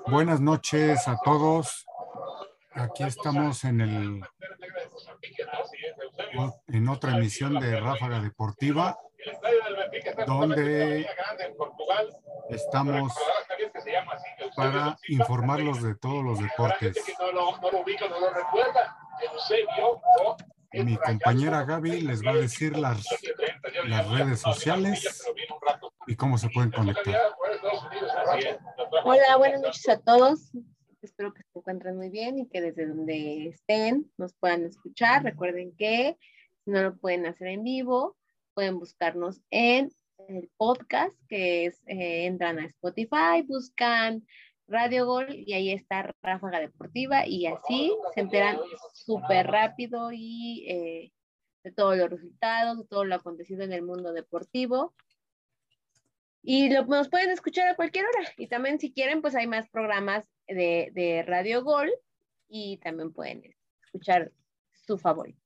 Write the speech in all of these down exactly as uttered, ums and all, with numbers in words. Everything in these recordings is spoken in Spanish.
Buenas noches a todos. Aquí estamos en el en otra emisión de Ráfaga Deportiva, donde estamos para informarlos de todos los deportes. Mi compañera Gaby les va a decir las, las redes sociales y cómo se pueden conectar. Hola, buenas noches a todos. Espero que se encuentren muy bien y que desde donde estén nos puedan escuchar. Recuerden que si no lo pueden hacer en vivo, pueden buscarnos en el podcast, que es, eh, entran a Spotify, buscan Radio Gol y ahí está Ráfaga Deportiva y así se enteran súper rápido y eh, de todos los resultados, de todo lo acontecido en el mundo deportivo. Y lo, nos pueden escuchar a cualquier hora. Y también si quieren, pues hay más programas de, de Radio Gol y también pueden escuchar su favorito.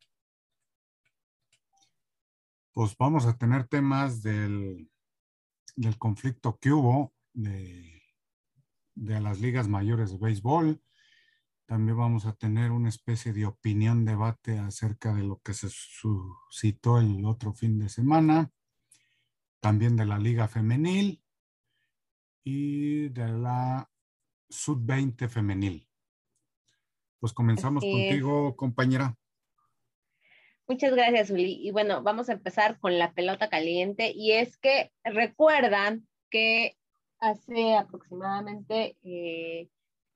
Pues vamos a tener temas del, del conflicto que hubo de, de las ligas mayores de béisbol. También vamos a tener una especie de opinión, debate acerca de lo que se suscitó el otro fin de semana. También de la liga femenil y de la sub veinte femenil. Pues comenzamos Así contigo, es. compañera. Muchas gracias, Uli. Y bueno, vamos a empezar con la pelota caliente. Y es que recuerdan que hace aproximadamente eh,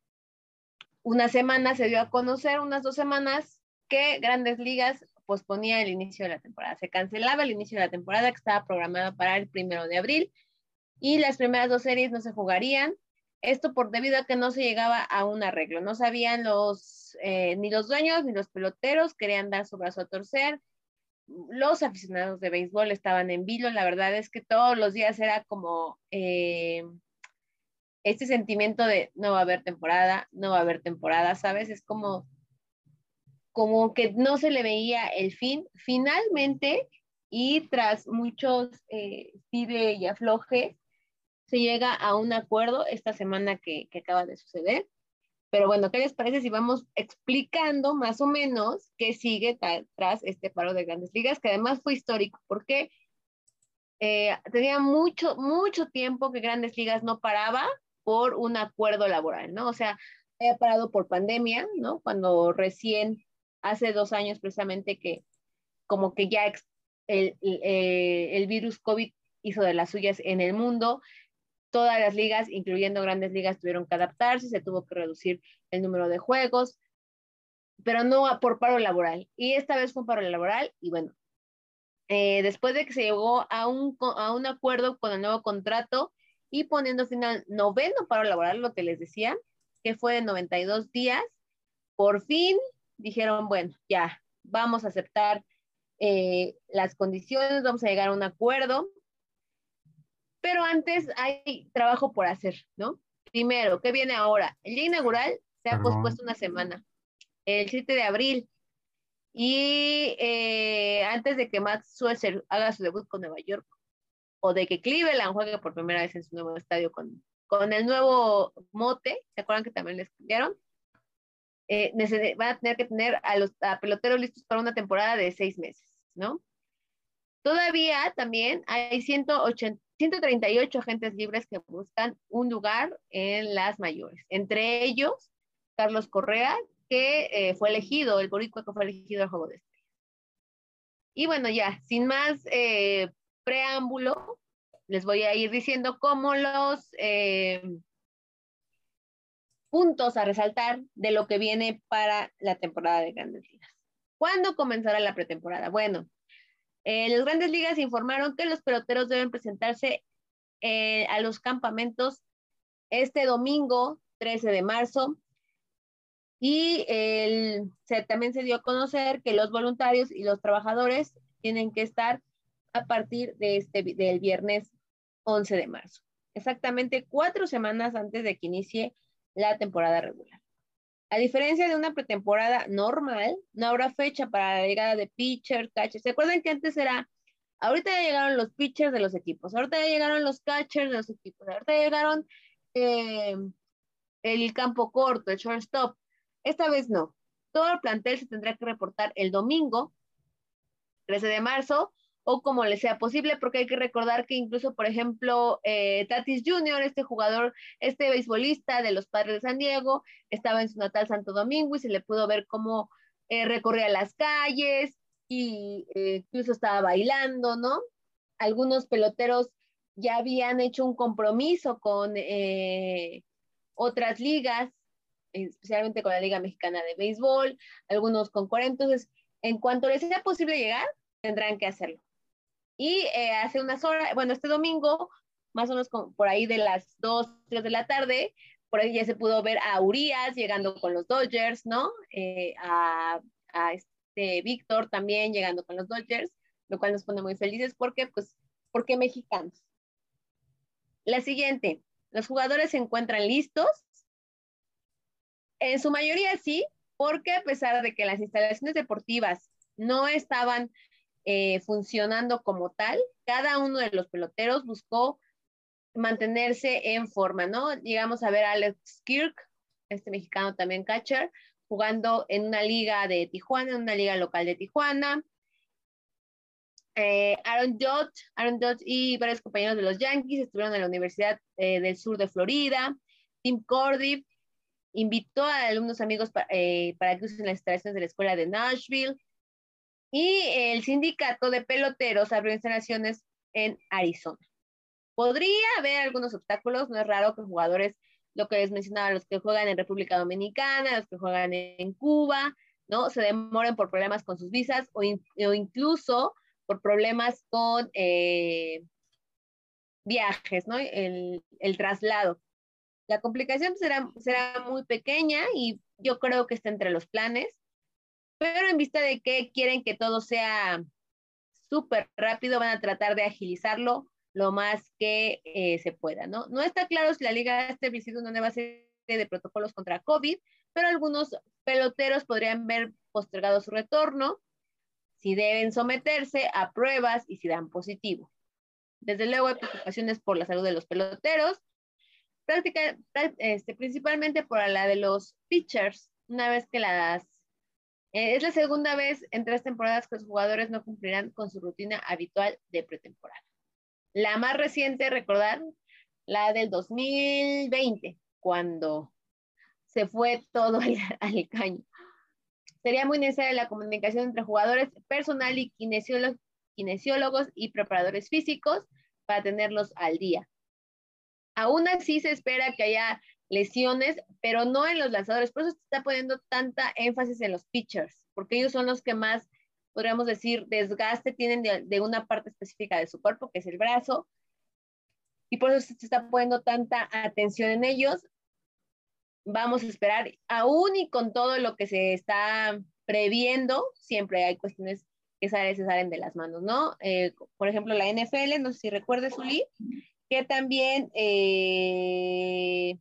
una semana se dio a conocer, unas dos semanas, que Grandes Ligas posponía el inicio de la temporada. Se cancelaba el inicio de la temporada que estaba programada para el primero de abril y las primeras dos series no se jugarían. Esto por debido a que no se llegaba a un arreglo. No sabían los, eh, ni los dueños ni los peloteros, querían dar su brazo a torcer. Los aficionados de béisbol estaban en vilo. La verdad es que todos los días era como eh, este sentimiento de no va a haber temporada, no va a haber temporada, ¿sabes? Es como, como que no se le veía el fin. Finalmente, y tras muchos eh, tire y afloje, se llega a un acuerdo esta semana que, que acaba de suceder. Pero bueno, ¿qué les parece si vamos explicando más o menos qué sigue tras este paro de Grandes Ligas, que además fue histórico, porque eh, tenía mucho, mucho tiempo que Grandes Ligas no paraba por un acuerdo laboral, ¿no? O sea, había parado por pandemia, ¿no? Cuando recién, hace dos años precisamente que como que ya el, el, el virus COVID hizo de las suyas en el mundo. Todas las ligas, incluyendo Grandes Ligas, tuvieron que adaptarse, se tuvo que reducir el número de juegos, pero no por paro laboral. Y esta vez fue un paro laboral y bueno, eh, después de que se llegó a un, a un acuerdo con el nuevo contrato y poniendo fin al noveno paro laboral, lo que les decía, que fue de noventa y dos días, por fin dijeron, bueno, ya, vamos a aceptar eh, las condiciones, vamos a llegar a un acuerdo. Pero antes hay trabajo por hacer, ¿no? Primero, ¿qué viene ahora? El día inaugural se ha Perdón. pospuesto una semana, el siete de abril. Y eh, antes de que Max Scherzer haga su debut con Nueva York, o de que Cleveland juegue por primera vez en su nuevo estadio con, con el nuevo mote, ¿se acuerdan que también les cambiaron? Eh, van a tener que tener a los a peloteros listos para una temporada de seis meses, ¿no? Todavía también hay ciento ochenta, ciento treinta y ocho agentes libres que buscan un lugar en las mayores. Entre ellos, Carlos Correa, que eh, fue elegido, el boricua que fue elegido al Juego de Estrellas. Y bueno, ya, sin más eh, preámbulo, les voy a ir diciendo cómo los eh, puntos a resaltar de lo que viene para la temporada de Grandes Ligas. ¿Cuándo comenzará la pretemporada? Bueno, Eh, las Grandes Ligas informaron que los peloteros deben presentarse eh, a los campamentos este domingo trece de marzo y el, se, también se dio a conocer que los voluntarios y los trabajadores tienen que estar a partir de este, del viernes once de marzo, exactamente cuatro semanas antes de que inicie la temporada regular. A diferencia de una pretemporada normal, no habrá fecha para la llegada de pitcher, catcher. ¿Se acuerdan que antes era, ahorita ya llegaron los pitchers de los equipos, ahorita ya llegaron los catchers de los equipos, ahorita ya llegaron eh, el campo corto, el shortstop. Esta vez no. Todo el plantel se tendrá que reportar el domingo, trece de marzo, o como les sea posible, porque hay que recordar que incluso, por ejemplo, eh, Tatis junior, este jugador, este beisbolista de los Padres de San Diego, estaba en su natal Santo Domingo y se le pudo ver cómo eh, recorría las calles y eh, incluso estaba bailando, ¿no? Algunos peloteros ya habían hecho un compromiso con eh, otras ligas, especialmente con la Liga Mexicana de Béisbol, algunos con Corea. Entonces, en cuanto les sea posible llegar, tendrán que hacerlo. Y eh, hace unas horas, bueno, este domingo, más o menos con, por ahí de las dos, tres de la tarde, por ahí ya se pudo ver a Urias llegando con los Dodgers, ¿no? Eh, a, a este Víctor también llegando con los Dodgers, lo cual nos pone muy felices porque, pues, porque mexicanos. La siguiente, los jugadores se encuentran listos. En su mayoría sí, porque a pesar de que las instalaciones deportivas no estaban eh, funcionando como tal, cada uno de los peloteros buscó mantenerse en forma, ¿no? Llegamos a ver a Alex Kirk, este mexicano también catcher, jugando en una liga de Tijuana, en una liga local de Tijuana. Eh, Aaron Judge, Aaron Judge y varios compañeros de los Yankees estuvieron en la Universidad eh, del Sur de Florida. Tim Cordy invitó a algunos amigos pa, eh, para que usen las instalaciones de la escuela de Nashville. Y el sindicato de peloteros abrió instalaciones en Arizona. Podría haber algunos obstáculos, no es raro que jugadores, lo que les mencionaba, los que juegan en República Dominicana, los que juegan en Cuba, ¿no? Se demoren por problemas con sus visas o, in, o incluso por problemas con eh, viajes, ¿no? El, el traslado. La complicación será, será muy pequeña y yo creo que está entre los planes, pero en vista de que quieren que todo sea súper rápido, van a tratar de agilizarlo lo más que eh, se pueda, ¿no? No está claro si la liga ha establecido una nueva serie de protocolos contra COVID, pero algunos peloteros podrían ver postergado su retorno si deben someterse a pruebas y si dan positivo. Desde luego hay preocupaciones por la salud de los peloteros, práctica, este, principalmente por la de los pitchers, una vez que las Eh, es la segunda vez en tres temporadas que los jugadores no cumplirán con su rutina habitual de pretemporada. La más reciente, recordar, la del dos mil veinte, cuando se fue todo al, al caño. Sería muy necesaria la comunicación entre jugadores, personal y kinesiólogos, kinesiólogos y preparadores físicos para tenerlos al día. Aún así se espera que haya lesiones, pero no en los lanzadores. Por eso se está poniendo tanta énfasis en los pitchers, porque ellos son los que más, podríamos decir, desgaste tienen de, de una parte específica de su cuerpo, que es el brazo, y por eso se está poniendo tanta atención en ellos. Vamos a esperar, aún y con todo lo que se está previendo, siempre hay cuestiones que salen, se salen de las manos, ¿no? Eh, por ejemplo, la N F L, no sé si recuerdes, Uli, que también eh,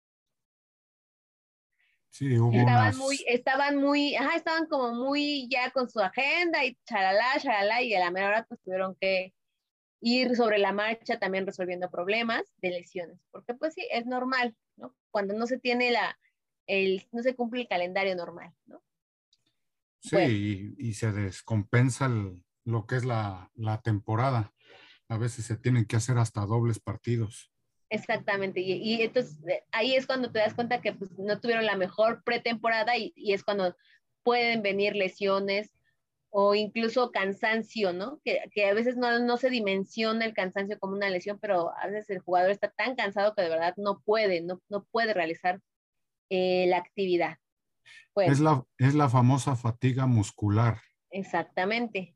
sí, hubo estaban unas, muy, estaban muy, ajá, estaban como muy ya con su agenda y charalá, charalá, y a la mera hora pues tuvieron que ir sobre la marcha también resolviendo problemas de lesiones, porque pues sí, es normal, ¿no? Cuando no se tiene la, el, no se cumple el calendario normal, ¿no? Bueno, sí, y, y se descompensa el- lo que es la, la temporada. A veces se tienen que hacer hasta dobles partidos. exactamente, y, y entonces eh, ahí es cuando te das cuenta que pues, no tuvieron la mejor pretemporada y, y es cuando pueden venir lesiones o incluso cansancio, ¿no? Que, que a veces no, no se dimensiona el cansancio como una lesión, pero a veces el jugador está tan cansado que de verdad no puede, no, no puede realizar eh, la actividad. Es Bueno, la, es la famosa fatiga muscular. exactamente.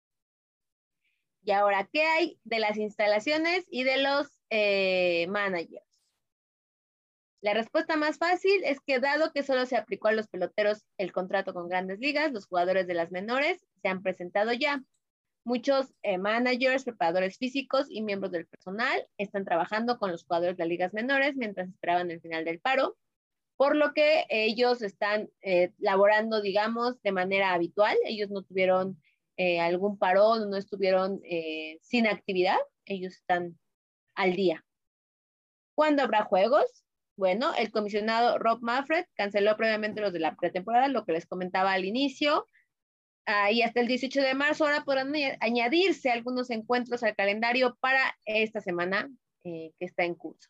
Y ahora, ¿qué hay de las instalaciones y de los eh, managers? La respuesta más fácil es que dado que solo se aplicó a los peloteros el contrato con grandes ligas, los jugadores de las menores se han presentado ya. Muchos eh, managers, preparadores físicos y miembros del personal están trabajando con los jugadores de las ligas menores mientras esperaban el final del paro, por lo que ellos están eh, laborando, digamos, de manera habitual. Ellos no tuvieron eh, algún parón, no estuvieron eh, sin actividad, ellos están al día. ¿Cuándo habrá juegos? Bueno, el comisionado Rob Manfred canceló previamente los de la pretemporada, lo que les comentaba al inicio. Uh, y hasta el dieciocho de marzo ahora podrán añadirse algunos encuentros al calendario para esta semana eh, que está en curso.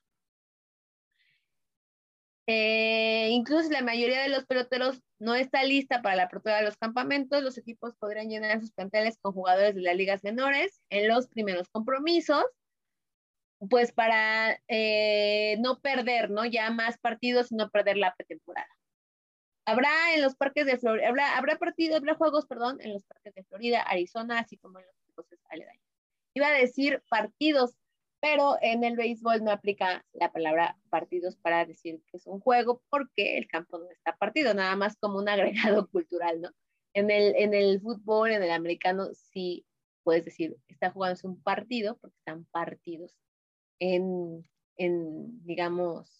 Eh, incluso la mayoría de los peloteros no está lista para la apertura de los campamentos. Los equipos podrán llenar sus planteles con jugadores de las ligas menores en los primeros compromisos, pues para eh, no perder, ¿no? Ya más partidos y no perder la pretemporada. Habrá en los parques de Florida, habrá, habrá partidos, habrá juegos, perdón, en los parques de Florida, Arizona, así como en los cosas aledaños. Iba a decir partidos, pero en el béisbol no aplica la palabra partidos para decir que es un juego, porque el campo no está partido, nada más como un agregado cultural, ¿no? En el, en el fútbol, en el americano, sí puedes decir, está jugándose un partido, porque están partidos en, en digamos,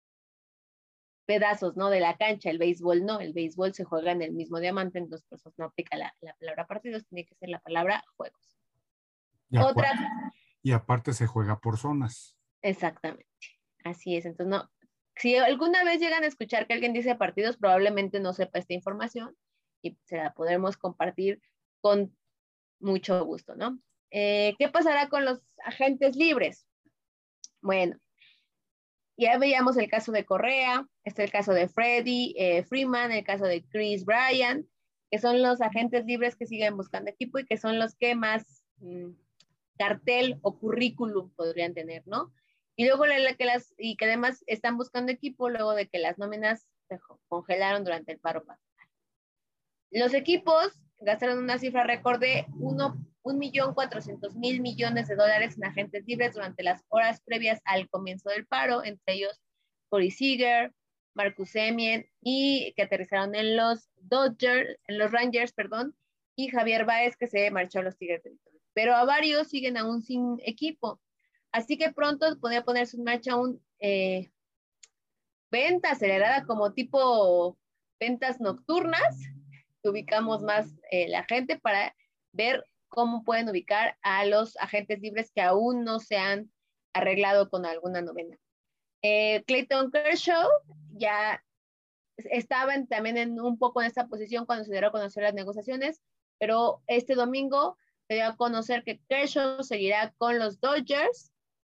pedazos, ¿no? De la cancha. El béisbol no, el béisbol se juega en el mismo diamante, entonces pues no aplica la, la palabra partidos, tiene que ser la palabra juegos. Y, Otra... y aparte se juega por zonas. Exactamente, así es. Entonces no, si alguna vez llegan a escuchar que alguien dice partidos, probablemente no sepa esta información y se la podremos compartir con mucho gusto, ¿no? Eh, ¿Qué pasará con los agentes libres? Bueno, ya veíamos el caso de Correa, está el caso de Freddie eh, Freeman, el caso de Chris Bryant, que son los agentes libres que siguen buscando equipo y que son los que más mmm, cartel o currículum podrían tener, ¿no? Y luego la, la que las, y que además están buscando equipo luego de que las nóminas se congelaron durante el paro patronal. Los equipos gastaron una cifra récord de un millón cuatrocientos mil millones de dólares en agentes libres durante las horas previas al comienzo del paro, entre ellos Corey Seager, Marcus Semien, y que aterrizaron en los Dodgers, en los Rangers, perdón, y Javier Báez, que se marchó a los Tigres de Detroit. Pero a varios siguen aún sin equipo. Así que pronto podría ponerse en marcha un eh, venta acelerada como tipo ventas nocturnas, que ubicamos más eh, la gente para ver cómo pueden ubicar a los agentes libres que aún no se han arreglado con alguna novena. Eh, Clayton Kershaw ya estaba en, también en un poco en esta posición cuando se dieron a conocer las negociaciones, pero este domingo se dio a conocer que Kershaw seguirá con los Dodgers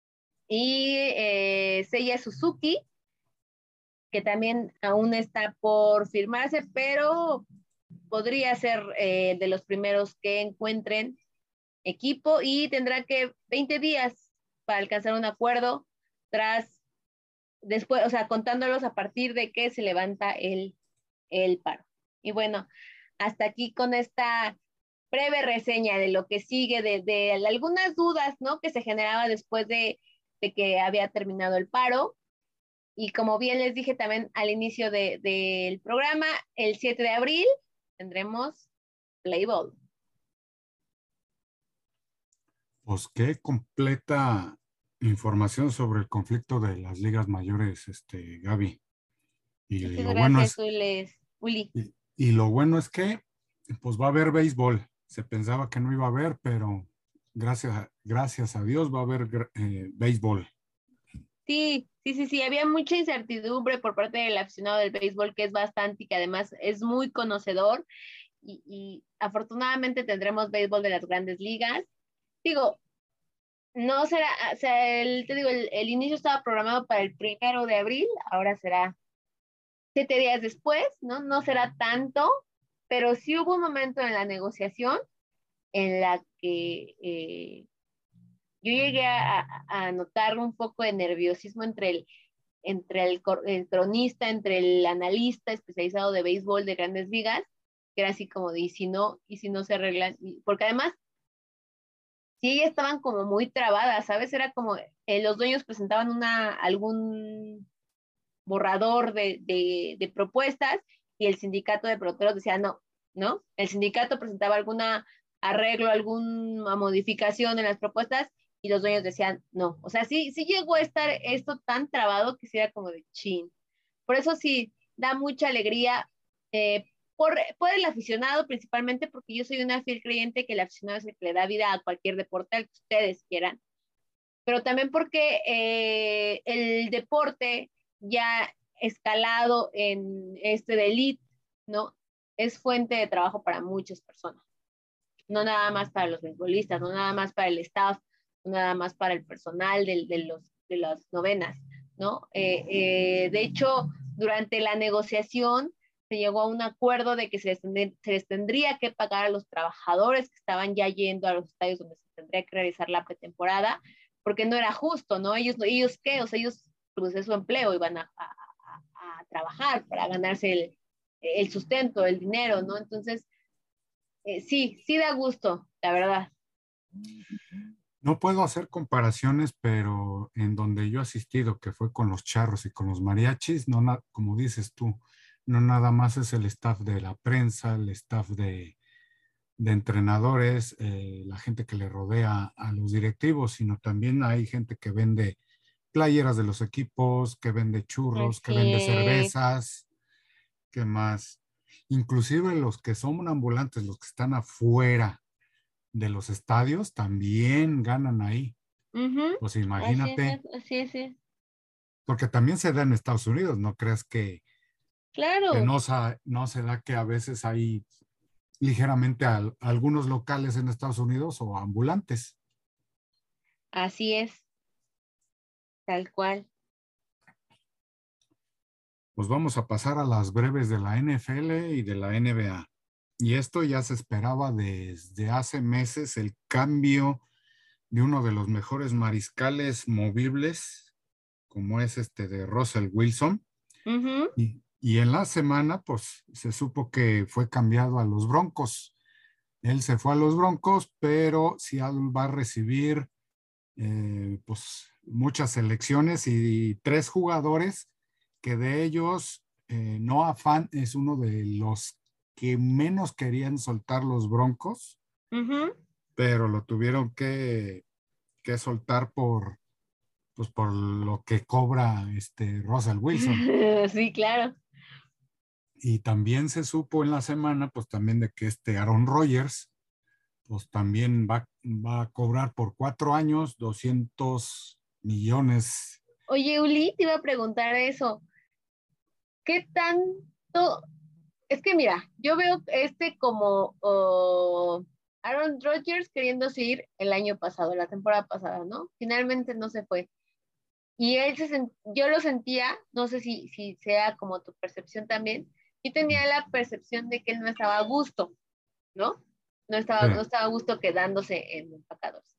y eh, Seiya Suzuki, que también aún está por firmarse, pero podría ser eh, de los primeros que encuentren equipo y tendrá que veinte días para alcanzar un acuerdo tras, después, o sea, contándolos a partir de que se levanta el, el paro. Y bueno, hasta aquí con esta breve reseña de lo que sigue, de, de algunas dudas, ¿no? Que se generaba después de, de que había terminado el paro. Y como bien les dije también al inicio de, del programa, el siete de abril tendremos Play Ball. Pues qué completa información sobre el conflicto de las ligas mayores, este, Gaby. Y Muchas lo gracias, bueno es, Uli. Y, y lo bueno es que pues va a haber béisbol. Se pensaba que no iba a haber, pero gracias a, gracias a Dios va a haber eh, béisbol. Sí, sí, sí, sí, había mucha incertidumbre por parte del aficionado del béisbol, que es bastante y que además es muy conocedor, y, y afortunadamente tendremos béisbol de las grandes ligas. Digo, no será, o sea, el, te digo, el, el inicio estaba programado para el primero de abril, ahora será siete días después, ¿no? No será tanto, pero sí hubo un momento en la negociación en la que eh, yo llegué a, a notar un poco de nerviosismo entre el, entre el, el cronista, entre el analista especializado de béisbol de grandes ligas, que era así como de, y si no, y si no se arreglan, porque además, sí estaban como muy trabadas, ¿sabes? Era como, eh, los dueños presentaban una, algún borrador de, de, de propuestas y el sindicato de peloteros decía no, ¿no? El sindicato presentaba alguna arreglo, alguna modificación en las propuestas y los dueños decían no. O sea, sí, sí llegó a estar esto tan trabado que sí era como de chin. Por eso sí, da mucha alegría eh, por, por el aficionado principalmente, porque yo soy una fiel creyente que el aficionado es el que le da vida a cualquier deporte al que ustedes quieran, pero también porque eh, el deporte ya escalado en este de elite, ¿no? Es fuente de trabajo para muchas personas. No nada más para los beisbolistas, no nada más para el staff, no nada más para el personal de, de, los, de las novenas, ¿no? Eh, eh, de hecho, durante la negociación se llegó a un acuerdo de que se les, tendría, se les tendría que pagar a los trabajadores que estaban ya yendo a los estadios donde se tendría que realizar la pretemporada, porque no era justo, ¿no? Ellos, ellos ¿qué? O sea, ellos, pues es su empleo, iban a, a, a, a trabajar para ganarse el, el sustento, el dinero, ¿no? Entonces, eh, sí, sí da gusto, la verdad. No puedo hacer comparaciones, pero en donde yo he asistido, que fue con los charros y con los mariachis, no na- como dices tú, no nada más es el staff de la prensa, el staff de, de entrenadores, eh, la gente que le rodea a los directivos, sino también hay gente que vende playeras de los equipos, que vende churros, que Así vende es. cervezas, ¿qué más? Inclusive los que son ambulantes, los que están afuera de los estadios, también ganan ahí. Uh-huh. Pues Así es, imagínate, así es, sí. porque también se da en Estados Unidos, no creas que, que Claro, no, sa- no se da que a veces hay ligeramente al- algunos locales en Estados Unidos o ambulantes. así es, tal cual. Pues vamos a pasar a las breves de la N F L y de la N B A. Y esto ya se esperaba desde hace meses, el cambio de uno de los mejores mariscales movibles, como es este de Russell Wilson. Uh-huh. Y, y en la semana, pues se supo que fue cambiado a los Broncos. Él se fue a los Broncos, pero Seattle va a recibir eh, pues muchas selecciones y, y tres jugadores que de ellos eh, Noah Fant es uno de los que menos querían soltar los Broncos, Uh-huh. pero lo tuvieron que, que soltar por, pues, por lo que cobra este Russell Wilson. Sí, claro. Y también se supo en la semana, pues también de que este Aaron Rodgers, pues también va, va a cobrar por cuatro años doscientos millones. Oye, Uli, te iba a preguntar eso. ¿Qué tanto? Es que mira, yo veo este como oh, Aaron Rodgers queriéndose ir el año pasado, la temporada pasada, ¿no? Finalmente no se fue. Y él se sent, yo lo sentía, no sé si, si sea como tu percepción también, yo tenía la percepción de que él no estaba a gusto, ¿no? No Sí. estaba, no estaba a gusto quedándose en empacadores.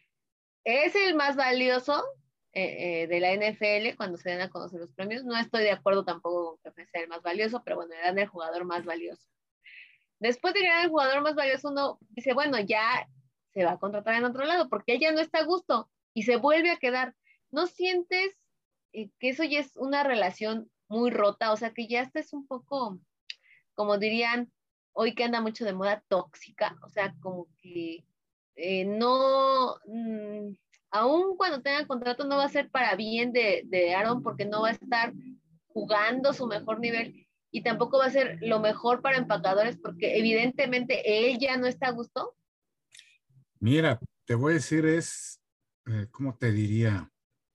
Es el más valioso eh, eh, de la N F L cuando se dan a conocer los premios. No estoy de acuerdo tampoco con que sea el más valioso, pero bueno, le dan el jugador más valioso. Después de ganar el jugador más valioso, uno dice, bueno, ya se va a contratar en otro lado porque él ya no está a gusto y se vuelve a quedar. ¿No sientes eh, que eso ya es una relación muy rota? O sea, que ya esta es un poco, como dirían, hoy que anda mucho de moda tóxica, o sea, como que eh, no, mmm, aún cuando tenga contrato no va a ser para bien de, de Aaron porque no va a estar jugando su mejor nivel y tampoco va a ser lo mejor para empacadores porque evidentemente él ya no está a gusto. Mira, te voy a decir, es, eh, ¿cómo te diría?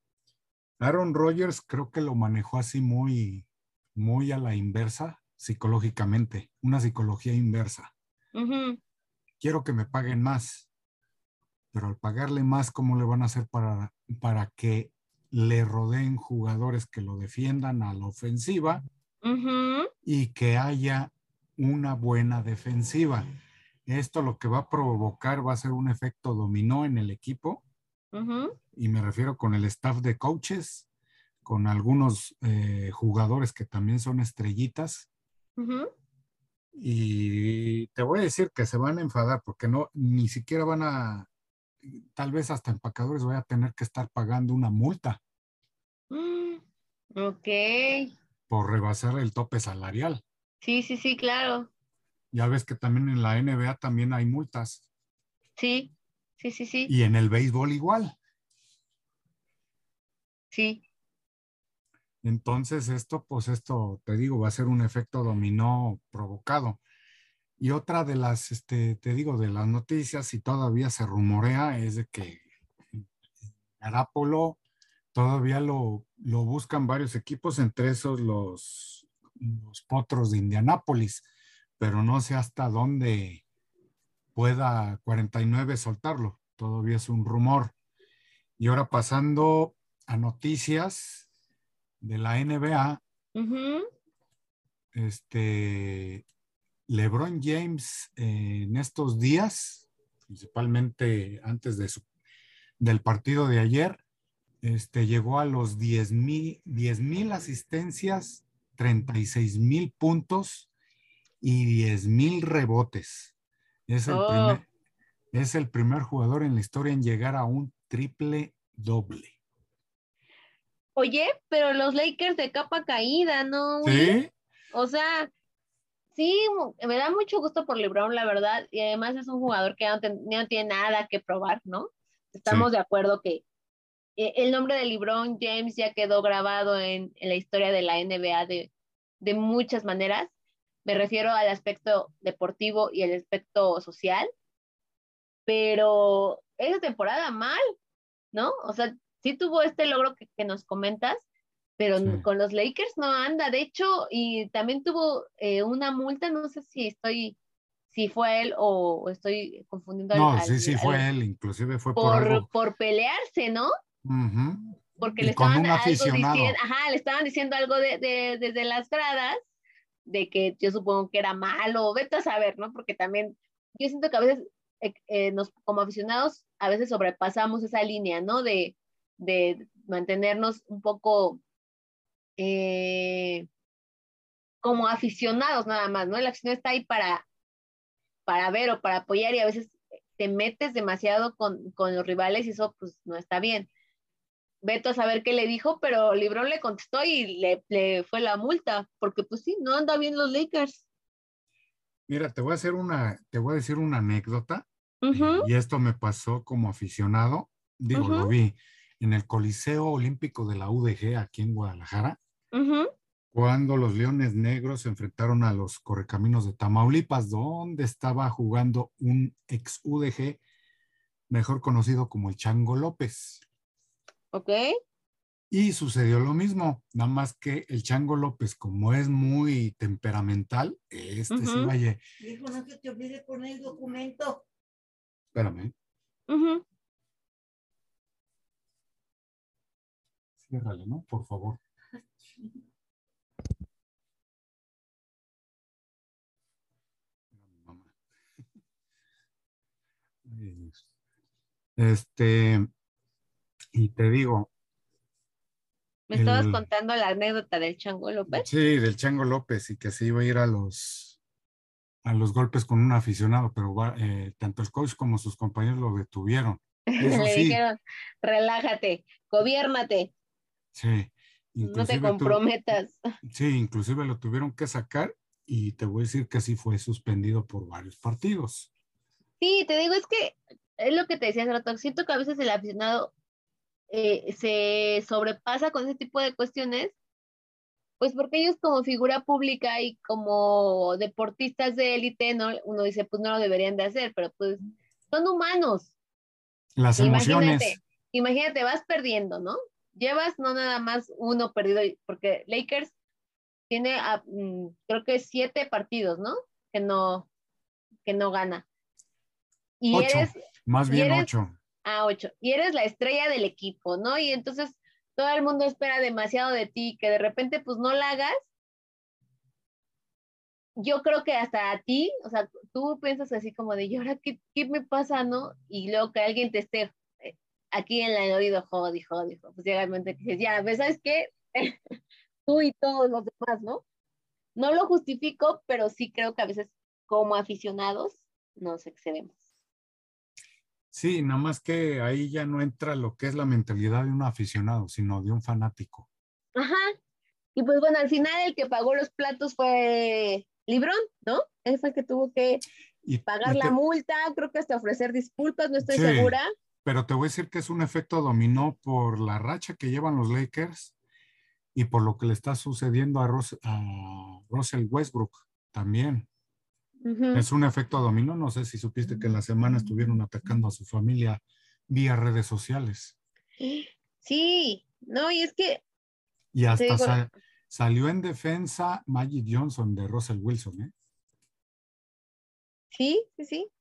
Aaron Rodgers creo que lo manejó así muy, muy a la inversa, psicológicamente, una psicología inversa. Uh-huh. Quiero que me paguen más, pero al pagarle más, ¿cómo le van a hacer para, para que le rodeen jugadores que lo defiendan a la ofensiva Uh-huh. y que haya una buena defensiva? Esto lo que va a provocar va a ser un efecto dominó en el equipo, Uh-huh. y me refiero con el staff de coaches, con algunos eh, jugadores que también son estrellitas. Uh-huh. Y te voy a decir que se van a enfadar porque no, ni siquiera van a, tal vez hasta empacadores voy a tener que estar pagando una multa Mm, ok. por rebasar el tope salarial. Sí, sí, sí, claro. Ya ves que también en la N B A también hay multas Sí, sí, sí, sí, y en el béisbol igual. sí. Entonces esto, pues esto, te digo, va a ser un efecto dominó provocado. Y otra de las, este, te digo, de las noticias, y todavía se rumorea, es de que Garapolo todavía lo, lo buscan varios equipos, entre esos los, los Potros de Indianápolis, pero no sé hasta dónde pueda cuarenta y nueve soltarlo. Todavía es un rumor. Y ahora pasando a noticias de la N B A, Ujú. este, LeBron James eh, en estos días, principalmente antes de su, del partido de ayer, este, llegó a los diez mil, diez mil asistencias, treinta y seis mil puntos y diez mil rebotes. Es el Oh, primer, es el primer jugador en la historia en llegar a un triple doble. oye, pero los Lakers de capa caída, ¿no, Uli? Sí, O sea, sí, mu- me da mucho gusto por LeBron, la verdad, y además es un jugador que no, ten- no tiene nada que probar, ¿no? sí, Estamos de acuerdo que eh, el nombre de LeBron James ya quedó grabado en, en la historia de la N B A de, de muchas maneras. Me refiero al aspecto deportivo y el aspecto social, pero esa temporada mal, ¿no? O sea, sí tuvo este logro que, que nos comentas, pero sí. n- con los Lakers no anda. De hecho, y también tuvo eh, una multa, no sé si estoy, si fue él o, o estoy confundiendo al, No, al, sí, sí al- fue él, inclusive fue por por, algo. por pelearse, ¿no? Uh-huh. Porque le Y con estaban un algo diciendo, aficionado. ajá, le estaban diciendo algo de, de, desde las gradas, de que yo supongo que era malo, vete a saber, ¿no? Porque también yo siento que a veces eh, eh, nos, como aficionados, a veces sobrepasamos esa línea, ¿no? De, de mantenernos un poco eh, como aficionados nada más, ¿no? El aficionado está ahí para, para ver o para apoyar y a veces te metes demasiado con, con los rivales y eso pues no está bien. Veto a saber qué le dijo, pero Librón le contestó y le, le fue la multa, porque pues sí, no anda bien los Lakers. Mira, te voy a hacer una, te voy a decir una anécdota, eh, Ujú, y esto me pasó como aficionado. Digo, lo ujú, vi en el Coliseo Olímpico de la U D G aquí en Guadalajara, ujú. cuando los Leones Negros se enfrentaron a los Correcaminos de Tamaulipas, donde estaba jugando un ex U D G, mejor conocido como el Chango López. Ok. Y sucedió lo mismo, nada más que el Chango López, como es muy temperamental, este sí, Ujú, vaya, Hijo, no se te olvide poner el documento. espérame, ujú. ciérrale, ¿no? Por favor. Mamá. Este, y te digo, Me estabas el, contando la anécdota del Chango López. sí, del Chango López y que se iba a ir a los, a los golpes con un aficionado, pero va, eh, tanto el coach como sus compañeros lo detuvieron. Eso Le sí, dijeron, relájate, gobiérnate, sí, no te inclusive tú, comprometas. sí, inclusive lo tuvieron que sacar y te voy a decir que sí fue suspendido por varios partidos. Sí, te digo, es que es lo que te decía hace rato, siento que a veces el aficionado eh, se sobrepasa con ese tipo de cuestiones, pues porque ellos como figura pública y como deportistas de élite, ¿no? Uno dice, pues no lo deberían de hacer, pero pues son humanos. Las Imagínate, emociones, imagínate, vas perdiendo, ¿no? Llevas no nada más uno perdido, porque Lakers tiene, ah, mm, creo que siete partidos, ¿no? Que no, que no gana. Y ocho, eres, más y bien eres ocho. a ocho, y eres la estrella del equipo, ¿no? Y entonces todo el mundo espera demasiado de ti, que de repente pues no la hagas. Yo creo que hasta a ti, o sea, tú piensas así como de, ¿y ahora qué, qué me pasa, no? Y luego que alguien te esté eh, aquí en el oído, jodi, jodi, jodi, pues llega el momento que dices, ya, ¿ves? ¿Sabes qué? Tú y todos los demás, ¿no? No lo justifico, pero sí creo que a veces como aficionados nos excedemos. Sí, nada más que ahí ya no entra lo que es la mentalidad de un aficionado, sino de un fanático. Ajá. Y pues bueno, al final el que pagó los platos fue Librón, ¿no? Él fue el que tuvo que Y, pagar y la te, multa, creo que hasta ofrecer disculpas, no estoy sí, segura. pero te voy a decir que es un efecto dominó por la racha que llevan los Lakers y por lo que le está sucediendo a, Ros a Russell Westbrook también. Ujú. Es un efecto dominó. No sé si supiste que en la semana estuvieron atacando a su familia vía redes sociales. Sí, no, y es que Y Te hasta digo, sa- salió en defensa Magic Johnson de Russell Wilson, ¿eh? sí, sí, sí,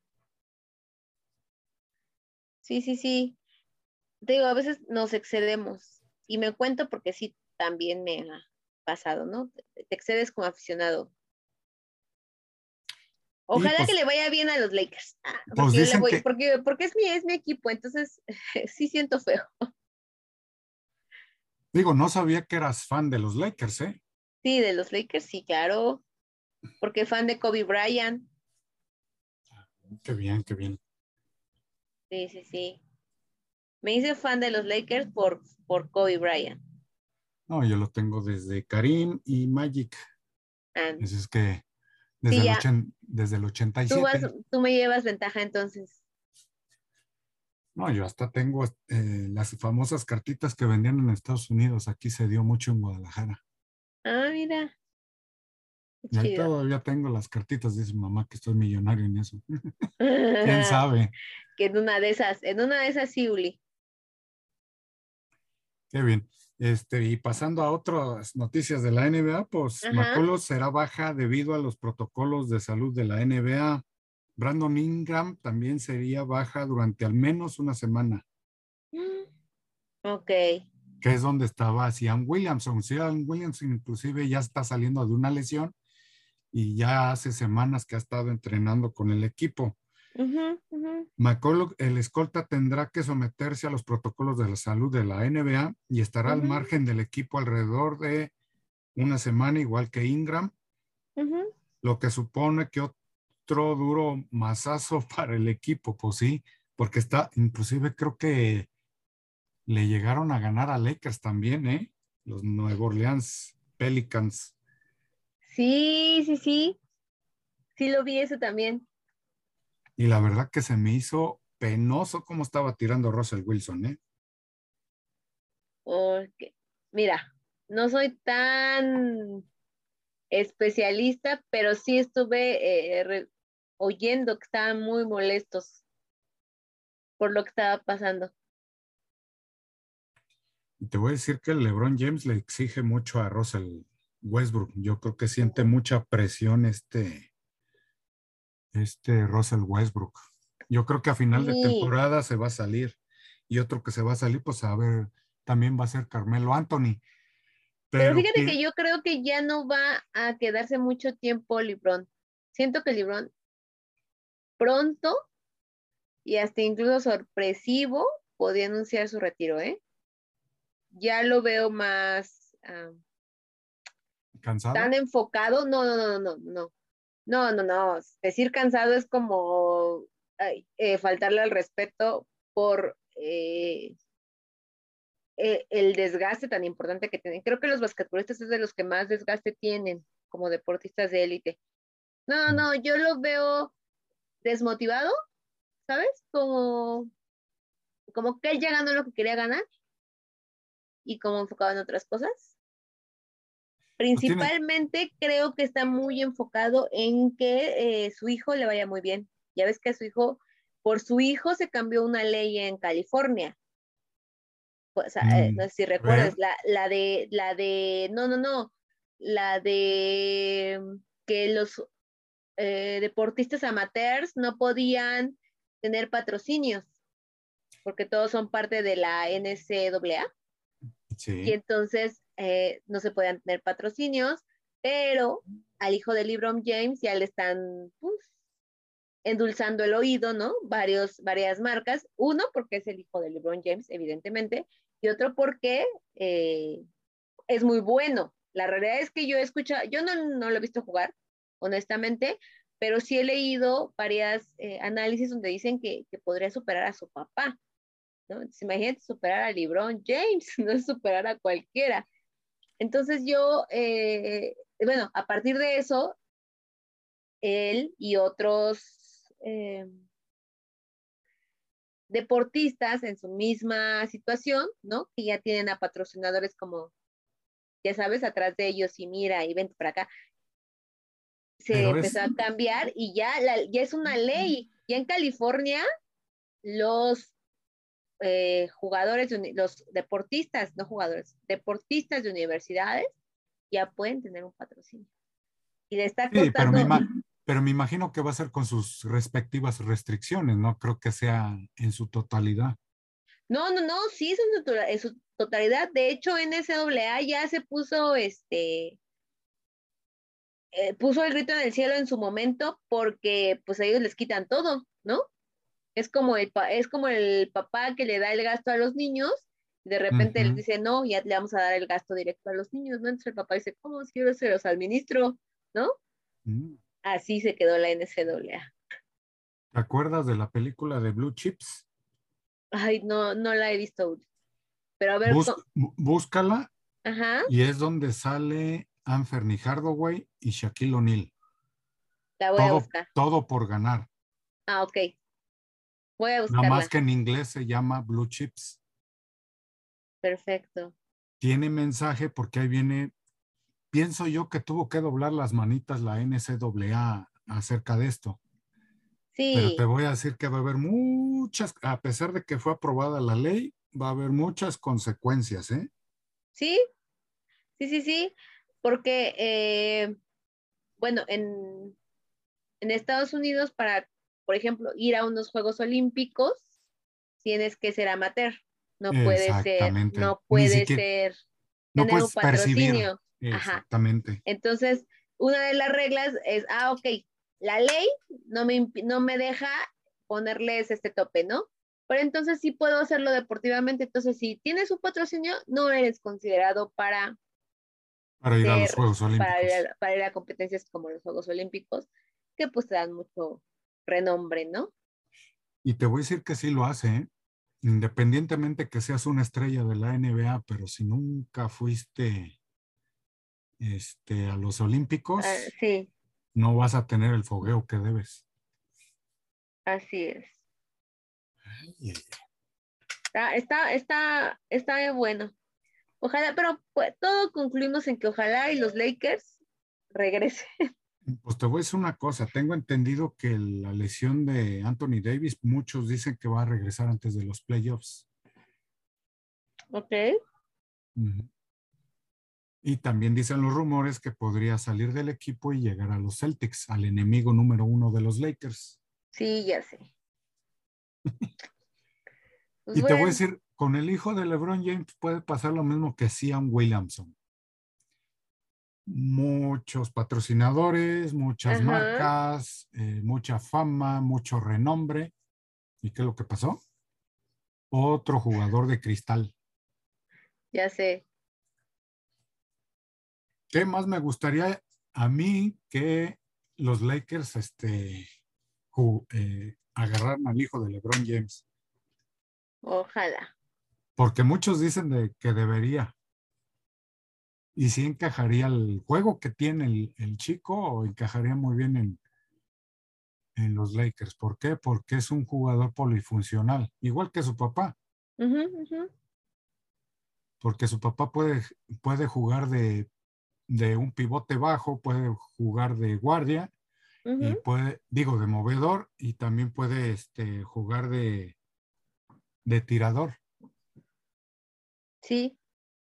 sí, sí, sí. Te digo, a veces nos excedemos. Y me cuento porque sí, también me ha pasado, ¿no? Te, te excedes como aficionado. Y Ojalá que pues, le vaya bien a los Lakers, ah, pues porque yo le dicen voy, que, porque, porque es mi, es mi equipo, entonces sí siento feo. digo, no sabía que eras fan de los Lakers, ¿eh? Sí, de los Lakers, sí, claro, porque fan de Kobe Bryant. Qué bien, qué bien. Sí, sí, sí. Me hice fan de los Lakers por, por Kobe Bryant. No, yo lo tengo desde Karim y Magic. Ah, Así es que desde sí, el, ya, ochen- desde el tú vas, ochenta y siete. tú me llevas ventaja entonces. No, yo hasta tengo eh, las famosas cartitas que vendían en Estados Unidos. Aquí se dio mucho en Guadalajara. Ah, mira, qué Y ahí chido. todavía tengo las cartitas, dice mamá, que estoy millonario en eso. ¿Quién sabe? Que en una de esas, en una de esas sí, Uli. Qué bien. Este, y pasando a otras noticias de la N B A, pues Ajá. McCollum será baja debido a los protocolos de salud de la N B A. Brandon Ingram también sería baja durante al menos una semana, Ok. que es donde estaba Zion Williamson. Zion Williamson inclusive ya está saliendo de una lesión y ya hace semanas que ha estado entrenando con el equipo. Ujú, ujú, McCollum, el escolta, tendrá que someterse a los protocolos de la salud de la N B A y estará al ujú, margen del equipo alrededor de una semana, igual que Ingram, ujú. lo que supone que otro duro mazazo para el equipo, pues sí, porque está, inclusive creo que le llegaron a ganar a Lakers también, ¿eh? Los Nueva Orleans Pelicans. Sí, sí, sí. Sí lo vi eso también. Y la verdad que se me hizo penoso cómo estaba tirando Russell Wilson, ¿eh? Porque, mira, no soy tan especialista, pero sí estuve eh, re- oyendo que estaban muy molestos por lo que estaba pasando. Y te voy a decir que el LeBron James le exige mucho a Russell Westbrook. Yo creo que siente mucha presión este, este Russell Westbrook. Yo creo que a final de Sí, temporada se va a salir. Y otro que se va a salir, pues a ver, también va a ser Carmelo Anthony. pero Pero fíjate que que yo creo que ya no va a quedarse mucho tiempo LeBron. Siento que LeBron pronto y hasta incluso sorpresivo podía anunciar su retiro, ¿eh? Ya lo veo más ah, tan cansado. enfocado. No, no, no, no, no, no, no, no. Decir cansado es como ay, eh, faltarle al respeto por eh, eh, el desgaste tan importante que tienen. Creo que los basquetbolistas es de los que más desgaste tienen como deportistas de élite. No, no, yo lo veo desmotivado, ¿sabes? Como, como que él ya ganó lo que quería ganar y como enfocado en otras cosas. Pues tiene, Principalmente creo que está muy enfocado en que eh, su hijo le vaya muy bien. Ya ves que su hijo, por su hijo se cambió una ley en California. Pues, eh, no mm, sé si a ver, recuerdes, la, la de, la de, no, no, no, la de que los eh, deportistas amateurs no podían tener patrocinios, porque todos son parte de la N C A A, y sí. entonces eh, no se podían tener patrocinios, pero al hijo de LeBron James ya le están pues, endulzando el oído, ¿no? Varios, varias marcas. Uno, porque es el hijo de LeBron James, evidentemente, y otro porque eh, es muy bueno. La realidad es que yo he escuchado, yo no, no lo he visto jugar, honestamente, pero sí he leído varias eh, análisis donde dicen que, que podría superar a su papá, ¿no? Entonces, imagínate superar a LeBron James, no es superar a cualquiera. Entonces yo, eh, bueno, a partir de eso, él y otros eh, deportistas en su misma situación, ¿no? Que ya tienen a patrocinadores como, ya sabes, atrás de ellos y mira y vente para acá, se Pero empezó es, a cambiar y ya, la, ya es una ley. Ya en California, los eh, jugadores, de los deportistas, no jugadores, deportistas de universidades ya pueden tener un patrocinio. Y le está Sí, pero costando... me, pero me imagino que va a ser con sus respectivas restricciones, no creo que sea en su totalidad. No, no, no, sí, es en su, en su totalidad. De hecho, N C A A ya se puso, este, eh, puso el grito en el cielo en su momento porque pues a ellos les quitan todo, ¿no? Es como el, es como el papá que le da el gasto a los niños y de repente les Ujú. dice, no, ya le vamos a dar el gasto directo a los niños, ¿no? Entonces el papá dice, ¿cómo si yo se los administro? ¿No? Mm. Así se quedó la N C A A. ¿Te acuerdas de la película de Blue Chips? Ay, no, no la he visto. Pero a ver, Bus- co- bú- búscala ajá, y es donde sale Anthony Hardaway y Shaquille O'Neal. la voy a Todo, buscar. todo por ganar. Ah, ok, voy a Nada más buscarla. que en inglés se llama Blue Chips. Perfecto. Tiene mensaje porque ahí viene, pienso yo que tuvo que doblar las manitas la N C A A acerca de esto. Pero te Sí, voy a decir que va a haber muchas, a pesar de que fue aprobada la ley, va a haber muchas consecuencias, ¿eh? sí, sí, sí, sí, porque, eh, bueno, en, en Estados Unidos para, por ejemplo, ir a unos Juegos Olímpicos, tienes que ser amateur, no puede ser, Exactamente. no Ni puede siquiera, ser, no tener un puedes percibir. patrocinio. Ajá. Exactamente. Entonces, una de las reglas es, ah, ok, la ley no me, impi- no me deja ponerles este tope, ¿no? Pero entonces sí puedo hacerlo deportivamente. Entonces, si tienes un patrocinio, no eres considerado para Para ir a los ser, Juegos para ir Olímpicos. a, para ir a competencias como los Juegos Olímpicos, que pues te dan mucho renombre, ¿no? Y te voy a decir que sí lo hace, ¿eh? Independientemente que seas una estrella de la N B A, pero si nunca fuiste este, a los Ah, Olímpicos, sí, no vas a tener el fogueo que debes. así es. Y Está, está, está, está bueno. Ojalá, pero pues, todo concluimos en que ojalá y los Lakers regresen. pues te voy a decir una cosa, tengo entendido que la lesión de Anthony Davis, muchos dicen que va a regresar antes de los playoffs. Ok, Ujú. Y también dicen los rumores que podría salir del equipo y llegar a los Celtics, al enemigo número uno de los Lakers. sí, ya sé. Pues Y te voy a bueno, decir, con el hijo de LeBron James puede pasar lo mismo que Zion Williamson. Muchos patrocinadores, muchas ajá, marcas, eh, mucha fama, mucho renombre. ¿Y qué es lo que pasó? Otro jugador de cristal. ya sé. ¿Qué más me gustaría a mí que los Lakers este, ju- eh, agarraran al hijo de LeBron James? Ojalá. Porque muchos dicen de que debería. Y sí encajaría el juego que tiene el, el chico, o encajaría muy bien en, en los Lakers. ¿Por qué? Porque es un jugador polifuncional, igual que su papá. Ujú, ujú, Porque su papá puede, puede jugar de, de un pivote bajo, puede jugar de guardia y ujú, puede, digo, de movedor y también puede este, jugar de, de tirador. sí,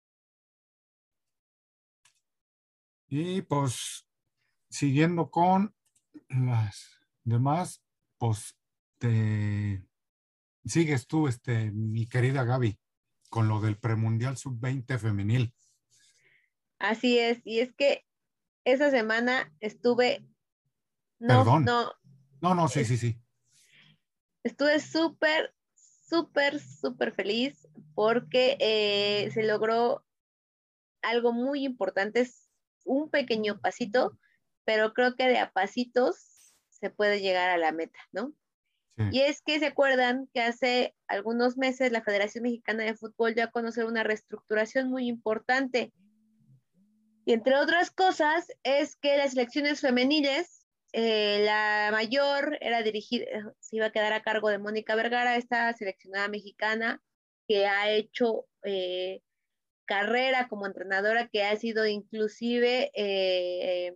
Y pues siguiendo con las demás, pues te sigues tú, este, mi querida Gaby, con lo del premundial sub veinte femenil. así es. Y es que esa semana estuve, no, Perdón. no, No, no, sí, es- sí, sí. estuve súper, súper, súper feliz porque eh, se logró algo muy importante, es un pequeño pasito, pero creo que de a pasitos se puede llegar a la meta, ¿no? Sí. Y es que se acuerdan que hace algunos meses la Federación Mexicana de Fútbol dio a conocer una reestructuración muy importante. Y entre otras cosas es que las selecciones femeniles, eh, la mayor era dirigida, se iba a quedar a cargo de Mónica Vergara, esta seleccionada mexicana que ha hecho eh, carrera como entrenadora, que ha sido inclusive eh,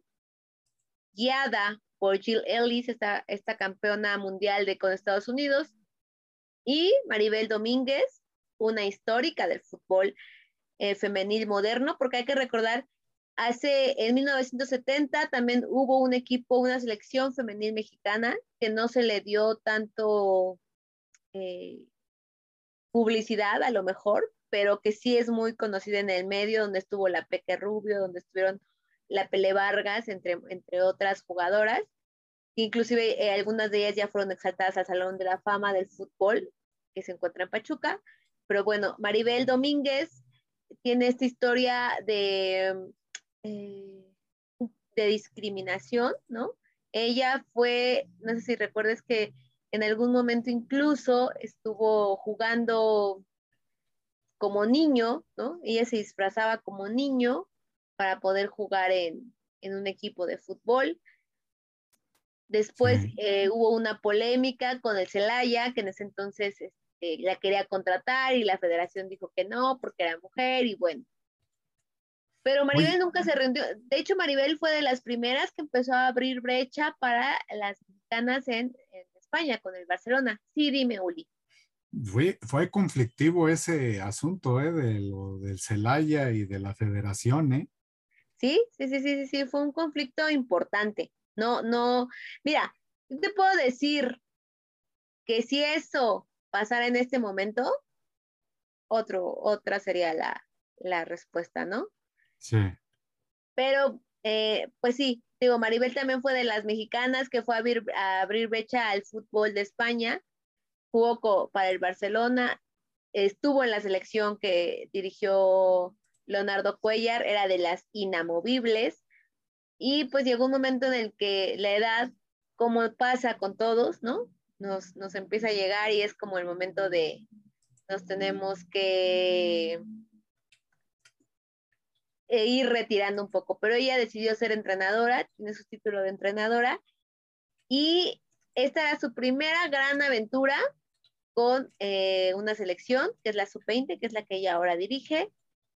guiada por Jill Ellis, esta, esta campeona mundial de con Estados Unidos. Y Maribel Domínguez, una histórica del fútbol eh, femenil moderno, porque hay que recordar, hace en mil novecientos setenta también hubo un equipo, una selección femenil mexicana que no se le dio tanto eh, publicidad a lo mejor, pero que sí es muy conocida en el medio, donde estuvo la Peque Rubio, donde estuvieron la Pele Vargas, entre, entre otras jugadoras. Inclusive eh, algunas de ellas ya fueron exaltadas al Salón de la Fama del Fútbol, que se encuentra en Pachuca. Pero bueno, Maribel Domínguez tiene esta historia de, eh, de discriminación, ¿no? Ella fue, no sé si recuerdes que en algún momento incluso estuvo jugando como niño, ¿no? Ella se disfrazaba como niño para poder jugar en, en un equipo de fútbol. Después Sí. eh, hubo una polémica con el Celaya, que en ese entonces este, la quería contratar y la federación dijo que no, porque era mujer y bueno. Pero Maribel Oye, nunca se rindió. De hecho, Maribel fue de las primeras que empezó a abrir brecha para las mexicanas en, en España con el Barcelona. Sí, dime, Uli. fue, fue conflictivo ese asunto, ¿eh? De lo del Celaya y de la federación, ¿eh? Sí, sí, sí, sí, sí, sí, fue un conflicto importante. No, no, mira, yo te puedo decir que si eso pasara en este momento, otro, otra sería la, la respuesta, ¿no? Sí, Pero, eh, pues sí, digo, Maribel también fue de las mexicanas que fue a abrir, a abrir brecha al fútbol de España, jugó co- para el Barcelona, estuvo en la selección que dirigió Leonardo Cuellar, era de las inamovibles, y pues llegó un momento en el que la edad, como pasa con todos, ¿no? Nos, nos empieza a llegar y es como el momento de, nos tenemos que eh, ir retirando un poco, pero ella decidió ser entrenadora, tiene su título de entrenadora y esta era su primera gran aventura con eh, una selección, que es la sub veinte, que es la que ella ahora dirige.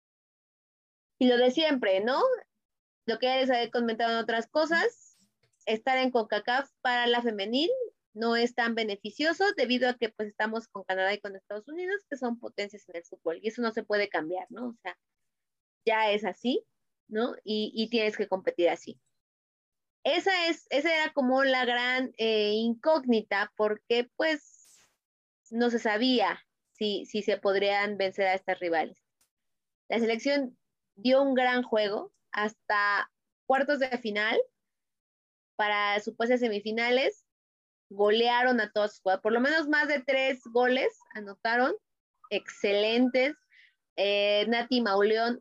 Y lo de siempre, ¿no? Lo que ya les había comentado en otras cosas, estar en CONCACAF para la femenil no es tan beneficioso debido a que pues estamos con Canadá y con Estados Unidos, que son potencias en el fútbol, y eso no se puede cambiar, ¿no? O sea, ya es así, ¿no? Y, y tienes que competir así. Esa, es, esa era como la gran eh, incógnita, porque pues no se sabía si, si se podrían vencer a estas rivales. La selección dio un gran juego hasta cuartos de final, para supuestas semifinales, golearon a todos sus jugadores, por lo menos más de tres goles anotaron, excelentes. Eh, Nati Mauleón,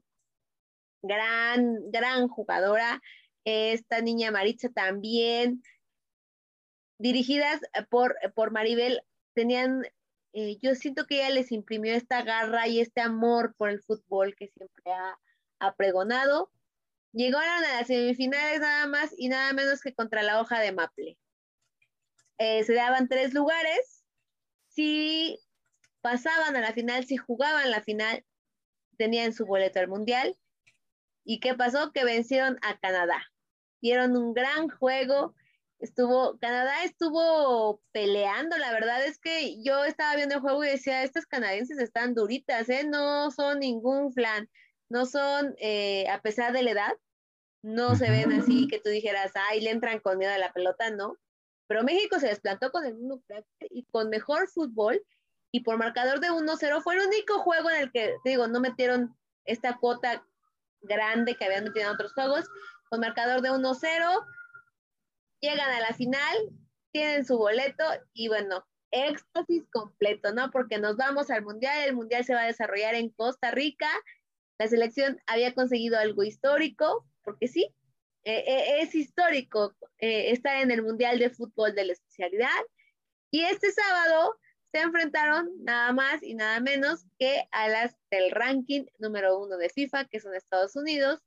gran, gran jugadora. Esta niña Maritza también, dirigidas por, por Maribel, tenían, eh, yo siento que ella les imprimió esta garra y este amor por el fútbol que siempre ha, ha pregonado. Llegaron a las semifinales nada más y nada menos que contra la hoja de Maple. Eh, se daban tres lugares. Si pasaban a la final, si jugaban la final, tenían su boleto al mundial. ¿Y qué pasó? Que vencieron a Canadá. Dieron un gran juego. Estuvo, Canadá estuvo peleando. La verdad es que yo estaba viendo el juego y decía, estas canadienses están duritas, ¿eh? No son ningún flan. No son, eh, a pesar de la edad, no se ven ujú. así que tú dijeras, ay, le entran con miedo a la pelota, no. Pero México se desplantó con el mismo carácter y con mejor fútbol, y por marcador de uno cero fue el único juego en el que, digo, no metieron esta cuota grande que habían metido en otros juegos. Con marcador de uno cero llegan a la final, tienen su boleto y bueno, éxtasis completo, ¿no? Porque nos vamos al mundial, el mundial se va a desarrollar en Costa Rica. La selección había conseguido algo histórico, porque sí, eh, eh, es histórico eh, estar en el Mundial de Fútbol de la especialidad. Y este sábado se enfrentaron nada más y nada menos que a las del ranking número uno de FIFA, que son Estados Unidos.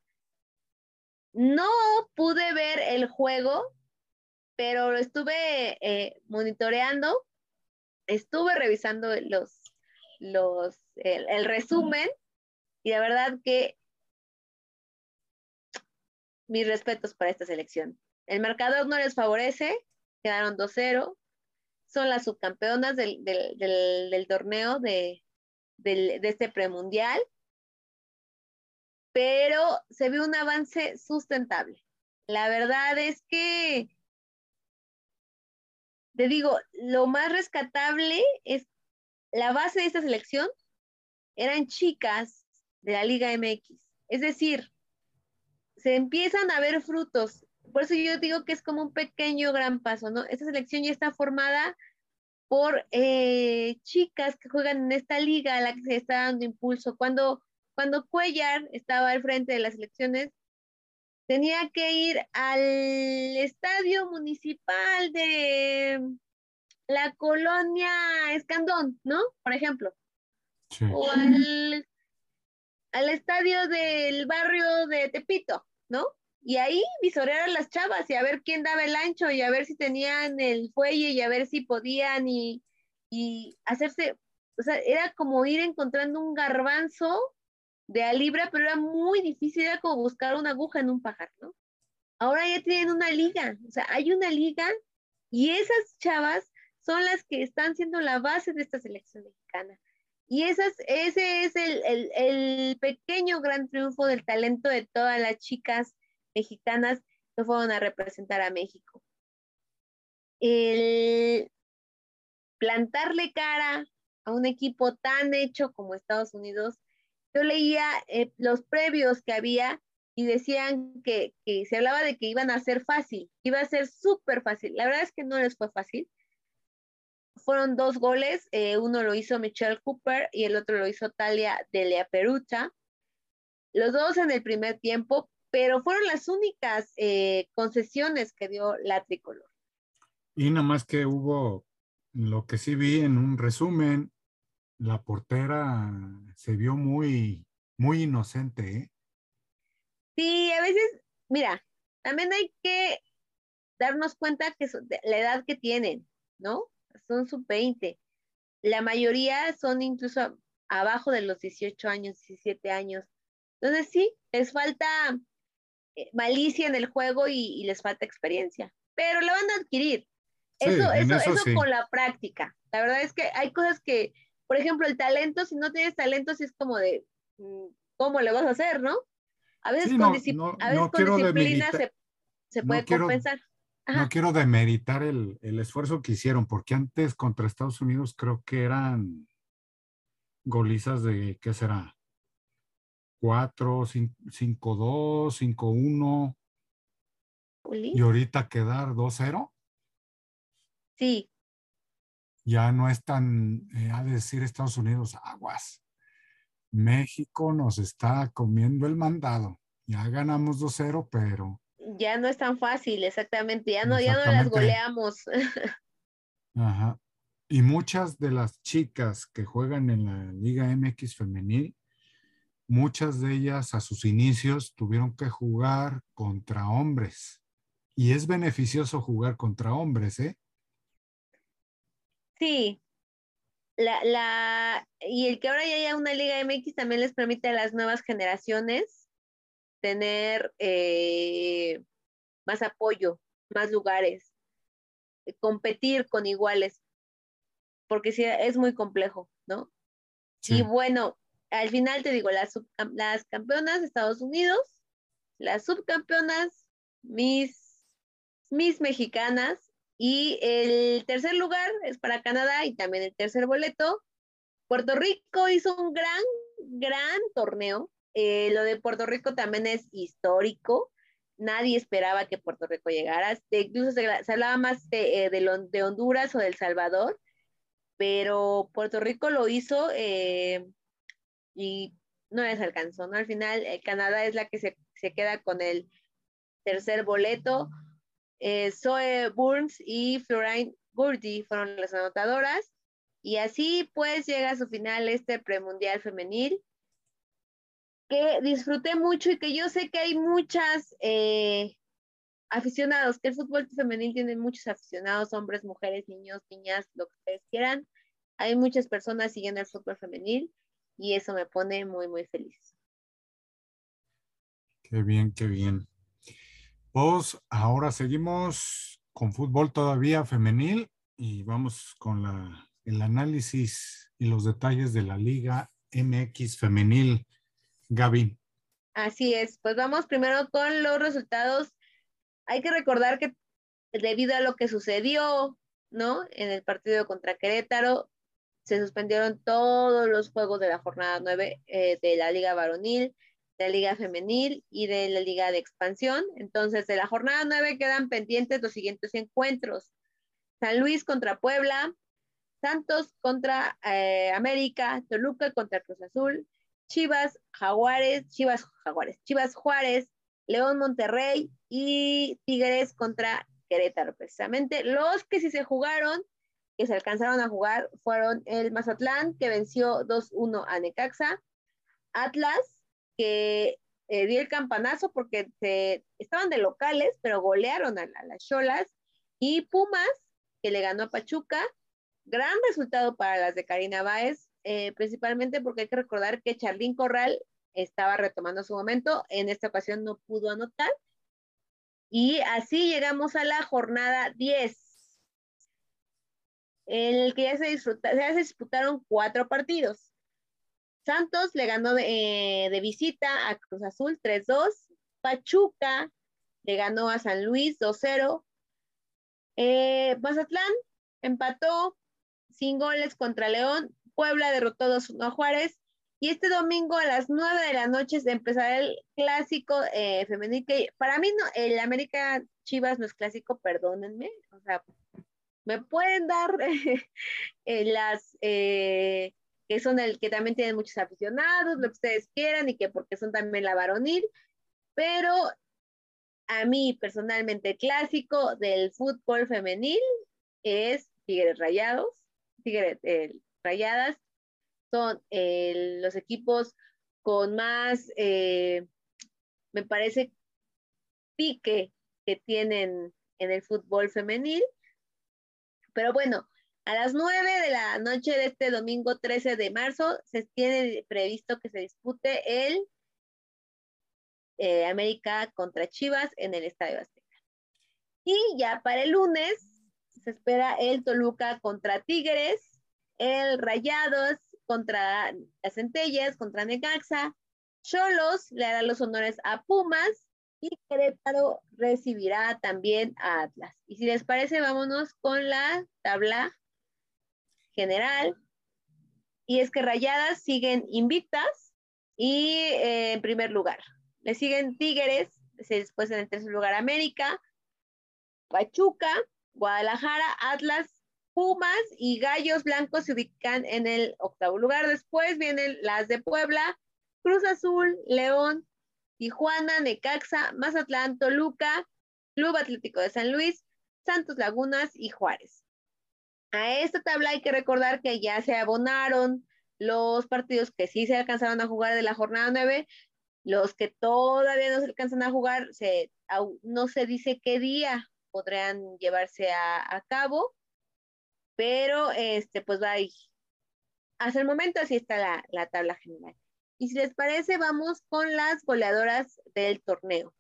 No pude ver el juego, pero lo estuve eh, monitoreando, estuve revisando los, los, el, el resumen, y la verdad que mis respetos para esta selección. El marcador no les favorece, quedaron dos cero. son las subcampeonas del, del, del, del torneo de, del, de este premundial, pero se ve un avance sustentable. La verdad es que, te digo, lo más rescatable es la base de esta selección eran chicas de la Liga M X. Es decir, se empiezan a ver frutos. Por eso yo digo que es como un pequeño gran paso, ¿no? Esta selección ya está formada por eh, chicas que juegan en esta liga a la que se está dando impulso. Cuando, cuando Cuellar estaba al frente de las elecciones, tenía que ir al estadio municipal de la colonia Escandón, ¿no? Por ejemplo. Sí. O al, al estadio del barrio de Tepito, ¿no? Y ahí visorear a las chavas y a ver quién daba el ancho y a ver si tenían el fuelle y a ver si podían y, y hacerse, o sea, era como ir encontrando un garbanzo de a libra, pero era muy difícil, era como buscar una aguja en un pajar, ¿no? Ahora ya tienen una liga, o sea, hay una liga y esas chavas son las que están siendo la base de esta selección mexicana. Y esas, ese es el, el, el pequeño gran triunfo del talento de todas las chicas mexicanas que fueron a representar a México. El plantarle cara a un equipo tan hecho como Estados Unidos, yo leía eh, los previos que había y decían que, que se hablaba de que iban a ser fácil, iba a ser súper fácil. La verdad es que no les fue fácil. Fueron dos goles, eh, uno lo hizo Michelle Cooper y el otro lo hizo Talia Delia Perucha. Los dos en el primer tiempo, pero fueron las únicas eh, concesiones que dio la tricolor. Y nada más que hubo, lo que sí vi en un resumen, la portera se vio muy, muy inocente, ¿eh? Sí, a veces, mira, también hay que darnos cuenta que la edad que tienen, ¿no? Son sub veinte. La mayoría son incluso abajo de los dieciocho años, diecisiete años. Entonces sí, les falta eh, malicia en el juego y, y les falta experiencia, pero la van a adquirir. Sí, Eso, en eso, eso eso sí. con la práctica. La verdad es que hay cosas que, por ejemplo, el talento, si no tienes talento, sí es como de, ¿cómo le vas a hacer, no? A veces Sí, con, no, disci no, a veces no con quiero disciplina demeritar, se, se no puede quiero, compensar. no Ajá. quiero demeritar el, el esfuerzo que hicieron, porque antes contra Estados Unidos creo que eran golizas de, ¿qué será? cuatro, cinco dos, cinco uno, y Uli. ahorita quedar dos cero, Sí, ya no es tan, eh, a decir Estados Unidos, aguas. México nos está comiendo el mandado. Ya ganamos dos cero, pero ya no es tan fácil, exactamente, ya no, ya no las exactamente. goleamos. Ajá. Y muchas de las chicas que juegan en la Liga M X femenil, muchas de ellas a sus inicios tuvieron que jugar contra hombres. Y es beneficioso jugar contra hombres, ¿eh? Sí, la, la, y el que ahora ya haya una Liga M X también les permite a las nuevas generaciones tener eh, más apoyo, más lugares, eh, competir con iguales, porque sí, es muy complejo, ¿no? Y Sí. bueno, al final te digo, las, sub, las campeonas de Estados Unidos, las subcampeonas, mis, mis mexicanas, y el tercer lugar es para Canadá y también el tercer boleto. Puerto Rico hizo un gran, gran torneo. Eh, lo de Puerto Rico también es histórico. Nadie esperaba que Puerto Rico llegara. De, incluso se, se, hablaba más de, eh, de, lo, de, Honduras o del Salvador, pero Puerto Rico lo hizo eh, y no les alcanzó, ¿no? Al final, eh, Canadá es la que se, se queda con el tercer boleto. Eh, Zoe Burns y Florine Gurdy fueron las anotadoras. Y así pues llega a su final este premundial femenil que disfruté mucho y que yo sé que hay muchas eh, aficionados, que el fútbol femenil tiene muchos aficionados, hombres, mujeres, niños, niñas, lo que ustedes quieran. Hay muchas personas siguiendo el fútbol femenil y eso me pone muy, muy feliz. Qué bien, qué bien. Pues ahora seguimos con fútbol todavía femenil y vamos con la, el análisis y los detalles de la Liga M X Femenil. Gaby. Así es, pues vamos primero con los resultados. Hay que recordar que debido a lo que sucedió, ¿no? En el partido contra Querétaro, se suspendieron todos los juegos de la jornada nueve eh, de la Liga Varonil, de la Liga Femenil y de la Liga de Expansión. Entonces, de la jornada nueve quedan pendientes los siguientes encuentros. San Luis contra Puebla, Santos contra eh, América, Toluca contra Cruz Azul, Chivas, Jaguares, Chivas, Jaguares, Chivas Juárez, León Monterrey y Tigres contra Querétaro. Precisamente los que sí se jugaron, que se alcanzaron a jugar, fueron el Mazatlán, que venció dos uno a Necaxa, Atlas, que eh, dio el campanazo porque se, estaban de locales, pero golearon a, a las Xolas, y Pumas, que le ganó a Pachuca. Gran resultado para las de Karina Báez, eh, principalmente porque hay que recordar que Charlín Corral estaba retomando su momento, en esta ocasión no pudo anotar, y así llegamos a la jornada diez, en el que ya se, disfruta, ya se disputaron cuatro partidos. Santos le ganó de, eh, de visita a Cruz Azul tres dos, Pachuca le ganó a San Luis dos cero, eh, Mazatlán empató sin goles contra León, Puebla derrotó dos uno a Juárez, y este domingo a las nueve de la noche se empezará el clásico eh, femenil, que para mí no, el América Chivas no es clásico, perdónenme, o sea, me pueden dar eh, las eh, que son el que también tienen muchos aficionados, lo que ustedes quieran, y que porque son también la varonil, pero a mí personalmente clásico del fútbol femenil es Tigres Rayados, Tigres eh, Rayadas, son eh, los equipos con más, eh, me parece, pique que tienen en el fútbol femenil. Pero bueno, a las nueve de la noche de este domingo trece de marzo se tiene previsto que se dispute el eh, América contra Chivas en el Estadio Azteca. Y ya para el lunes se espera el Toluca contra Tigres, el Rayados contra las Centellas, contra Necaxa, Xolos le hará los honores a Pumas y Querétaro recibirá también a Atlas. Y si les parece, vámonos con la tabla general. Y es que Rayadas siguen invictas y eh, en primer lugar. Le siguen Tigres, después en el tercer lugar América, Pachuca, Guadalajara, Atlas, Pumas y Gallos Blancos se ubican en el octavo lugar. Después vienen las de Puebla, Cruz Azul, León, Tijuana, Necaxa, Mazatlán, Toluca, Club Atlético de San Luis, Santos Lagunas y Juárez. A esta tabla hay que recordar que ya se abonaron los partidos que sí se alcanzaron a jugar de la jornada nueve, los que todavía no se alcanzan a jugar, se, no se dice qué día podrán llevarse a, a cabo, pero este, pues va ahí. Hasta el momento así está la, la tabla general. Y si les parece, vamos con las goleadoras del torneo.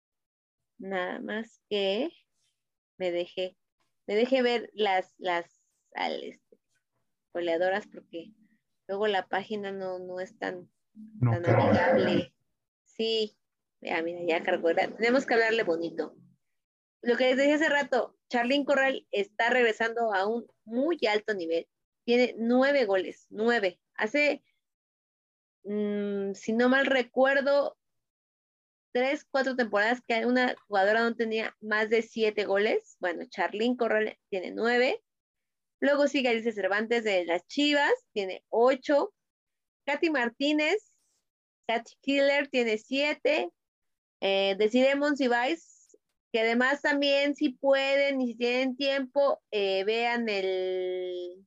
Nada más que me dejé, me dejé ver las, las al, este, goleadoras, porque luego la página no, no es tan, No, tan claro. amigable. Sí, ya, mira, ya cargó. Tenemos que hablarle bonito. Lo que les dije hace rato, Charlín Corral está regresando a un muy alto nivel. Tiene nueve goles, nueve. Hace, mmm, si no mal recuerdo, tres, cuatro temporadas que una jugadora no tenía más de siete goles. Bueno, Charlín Corral tiene nueve. Luego sigue Alicia Cervantes de las Chivas, tiene ocho. Katy Martínez, Katy Killer tiene siete. Eh, Desiree Monsiváis, que además también si pueden y si tienen tiempo, eh, vean el,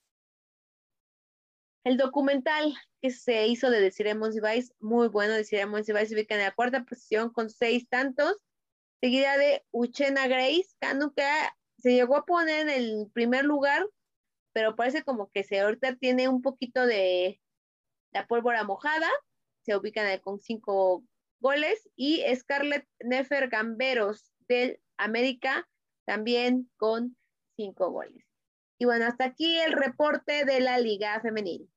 el documental que se hizo de Desiree Monsiváis, muy bueno. Desiree Monsiváis se ubica en la cuarta posición con seis tantos, seguida de Uchenna Grace Cano, que se llegó a poner en el primer lugar, pero parece como que se ahorita tiene un poquito de la pólvora mojada, se ubican con cinco goles, y Scarlett Nefer Gamberos del América también con cinco goles. Y bueno, hasta aquí el reporte de la Liga Femenil.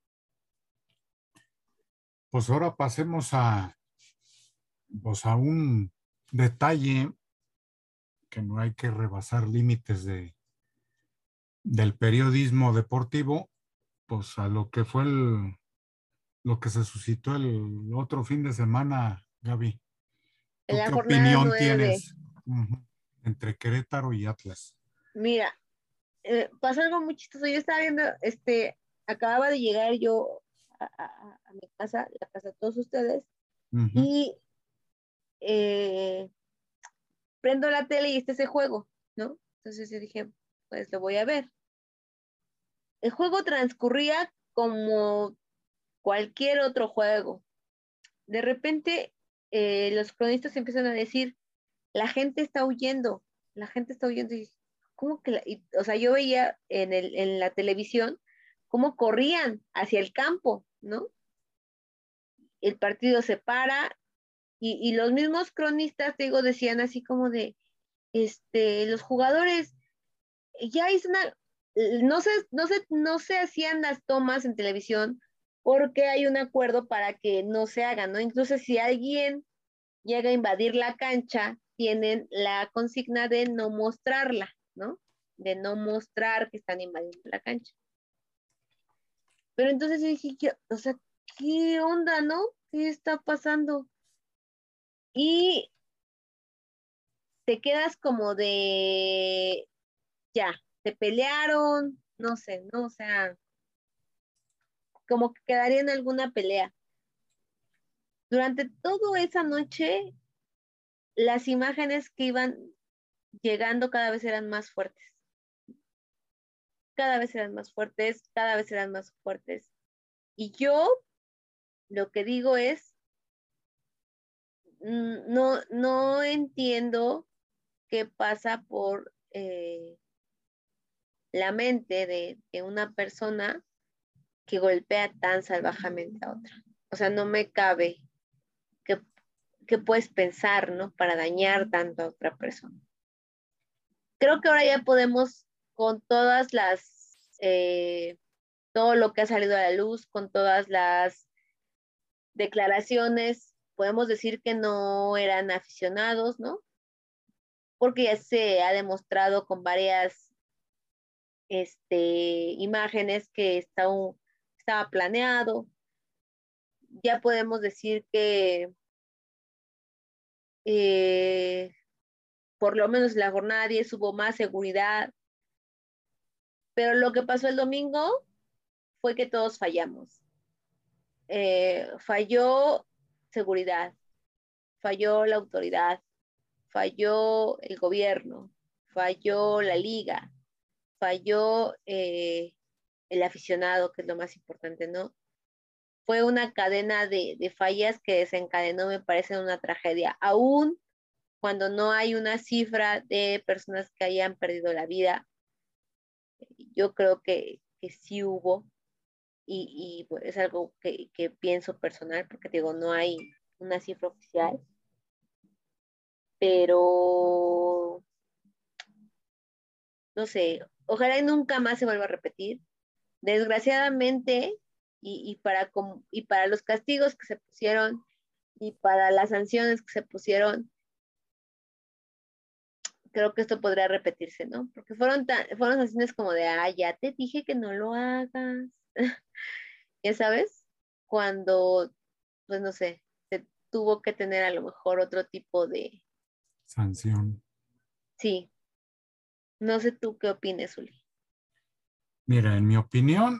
Pues ahora pasemos a, pues a un detalle que no hay que rebasar límites de, del periodismo deportivo, pues a lo que fue el, lo que se suscitó el otro fin de semana, Gaby. En ¿Tú la qué jornada opinión nueve. tienes uh-huh, entre Querétaro y Atlas? Mira, eh, pasó algo muy chistoso. Yo estaba viendo, este, acababa de llegar yo a, a, a mi casa, la casa de todos ustedes, Uh-huh. y eh, prendo la tele y está ese juego, ¿no? Entonces yo dije, pues lo voy a ver. El juego transcurría como cualquier otro juego. De repente, eh, los cronistas empiezan a decir, la gente está huyendo, la gente está huyendo. Y, ¿cómo que la? Y, o sea, yo veía en, el, en la televisión cómo corrían hacia el campo, ¿no? El partido se para y, y los mismos cronistas, te digo, decían así como de, este, los jugadores ya hizo una, no se, no se, no se hacían las tomas en televisión porque hay un acuerdo para que no se hagan, ¿no? Incluso si alguien llega a invadir la cancha, tienen la consigna de no mostrarla, ¿no? De no mostrar que están invadiendo la cancha. Pero entonces yo dije, ¿qué, o sea, ¿qué onda, no? ¿Qué está pasando? Y te quedas como de, ya, se pelearon, no sé, ¿no? O sea, como que quedaría en alguna pelea. Durante toda esa noche, las imágenes que iban llegando cada vez eran más fuertes. Cada vez eran más fuertes, cada vez eran más fuertes. Y yo lo que digo es, no, no entiendo qué pasa por eh, la mente de, de una persona que golpea tan salvajemente a otra. O sea, no me cabe que, que puedes pensar, ¿no? Para dañar tanto a otra persona. Creo que ahora ya podemos, con todas las, eh, todo lo que ha salido a la luz, con todas las declaraciones, podemos decir que no eran aficionados, ¿no? Porque ya se ha demostrado con varias este, imágenes que está un, estaba planeado. Ya podemos decir que eh, por lo menos en la jornada diez hubo más seguridad, pero lo que pasó el domingo fue que todos fallamos. Eh, falló seguridad, falló la autoridad, falló el gobierno, falló la liga, falló eh, el aficionado, que es lo más importante, ¿no? Fue una cadena de, de fallas que desencadenó, me parece, una tragedia. Aún cuando no hay una cifra de personas que hayan perdido la vida, yo creo que, que sí hubo, y, y pues, es algo que, que pienso personal, porque digo, no hay una cifra oficial, pero no sé, ojalá y nunca más se vuelva a repetir. Desgraciadamente, y, y, para, y para los castigos que se pusieron y para las sanciones que se pusieron, creo que esto podría repetirse, ¿no? Porque fueron, tan, fueron sanciones como de, ah, ya te dije que no lo hagas. Ya sabes, cuando, pues no sé, se tuvo que tener a lo mejor otro tipo de sanción. Sí. No sé tú qué opines, Uli. Mira, en mi opinión,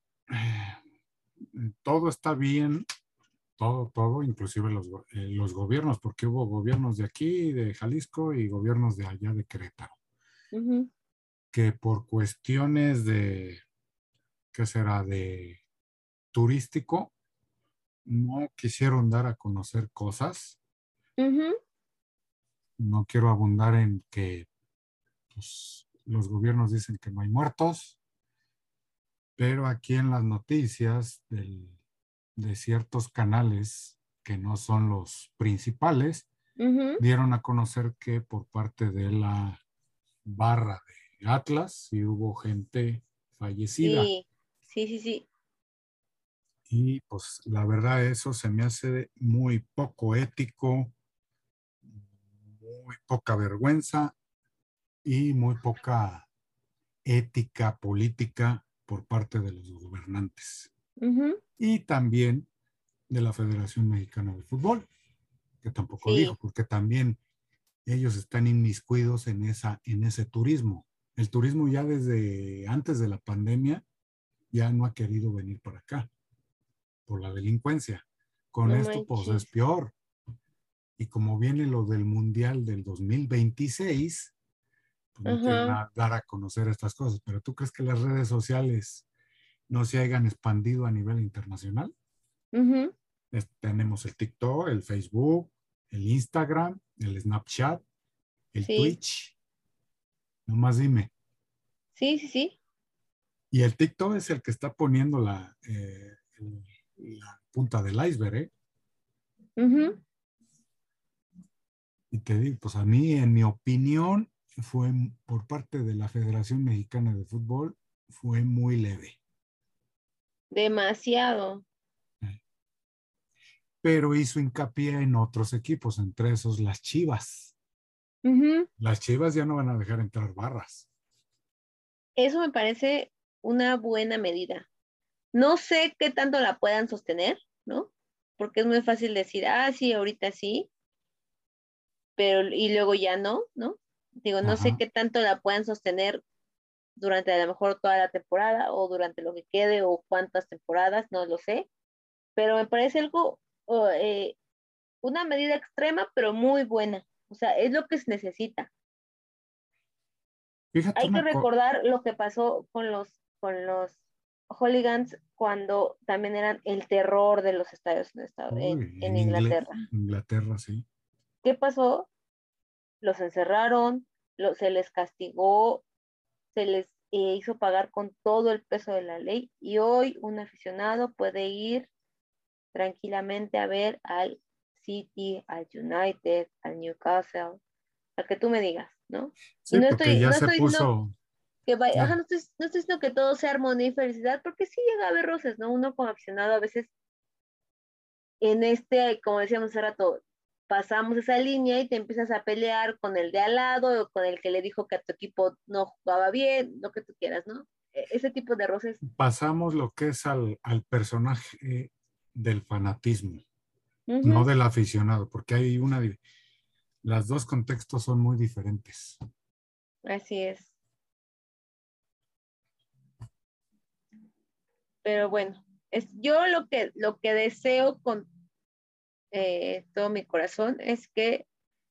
eh, todo está bien, todo, todo, inclusive los, eh, los gobiernos, porque hubo gobiernos de aquí, de Jalisco, y gobiernos de allá de Querétaro, Uh-huh. que por cuestiones de, ¿qué será?, de turístico, no quisieron dar a conocer cosas. Uh-huh. No quiero abundar en que pues, los gobiernos dicen que no hay muertos, pero aquí en las noticias del, de ciertos canales que no son los principales, Uh-huh. dieron a conocer que por parte de la barra de Atlas sí hubo gente fallecida. Sí, sí, sí, sí. Y pues la verdad eso se me hace muy poco ético, muy poca vergüenza y muy poca ética política por parte de los gobernantes. Ujú, Y también de la Federación Mexicana de Fútbol, que tampoco dijo, sí, porque también ellos están inmiscuidos en, esa, en ese turismo. El turismo ya desde antes de la pandemia ya no ha querido venir para acá por la delincuencia. Con no esto pues es manches. peor. Y como viene lo del Mundial del dos mil veintiséis, pues no quieren Ajá. a- dar a conocer estas cosas. Pero ¿tú crees que las redes sociales no se hayan expandido a nivel internacional? Ujú, Es- tenemos el TikTok, el Facebook, el Instagram, el Snapchat, el sí, Twitch. Nomás dime. sí, sí, sí. Y el TikTok es el que está poniendo la, eh, el- la punta del iceberg, ¿eh? Ujú. Y te digo, pues a mí, en mi opinión, fue por parte de la Federación Mexicana de Fútbol, fue muy leve. Demasiado. Pero hizo hincapié en otros equipos, entre esos las Chivas. Ujú. Las Chivas ya no van a dejar entrar barras. Eso me parece una buena medida. No sé qué tanto la puedan sostener, ¿no? Porque es muy fácil decir, ah, sí, ahorita sí, pero y luego ya no, ¿no? Digo, no sé Ajá. qué tanto la puedan sostener durante a lo mejor toda la temporada o durante lo que quede o cuántas temporadas, no lo sé, pero me parece algo, o, eh, una medida extrema, pero muy buena. O sea, es lo que se necesita. Fíjate Hay que una cosa. recordar lo que pasó con los, con los hooligans cuando también eran el terror de los estadios en, estado- en, Uy, en en Ingle- Inglaterra. Inglaterra, sí. ¿Qué pasó? Los encerraron, lo- se les castigó, se les eh, hizo pagar con todo el peso de la ley y hoy un aficionado puede ir tranquilamente a ver al City, al United, al Newcastle, al que tú me digas, ¿no? Y Sí, no porque estoy, ya no se estoy diciendo puso. que vaya, ajá, Ya. no estoy, no estoy diciendo que todo sea armonía y felicidad, porque sí llega a haber roces, ¿no? Uno como aficionado a veces en este, como decíamos hace rato, pasamos esa línea y te empiezas a pelear con el de al lado o con el que le dijo que a tu equipo no jugaba bien, lo que tú quieras, ¿no? E- Ese tipo de roces. Pasamos lo que es al, al personaje del fanatismo, no Ujú, del aficionado, porque hay una. di- Las dos contextos son muy diferentes. así es. Pero bueno, es, yo lo que, lo que deseo con eh, todo mi corazón es que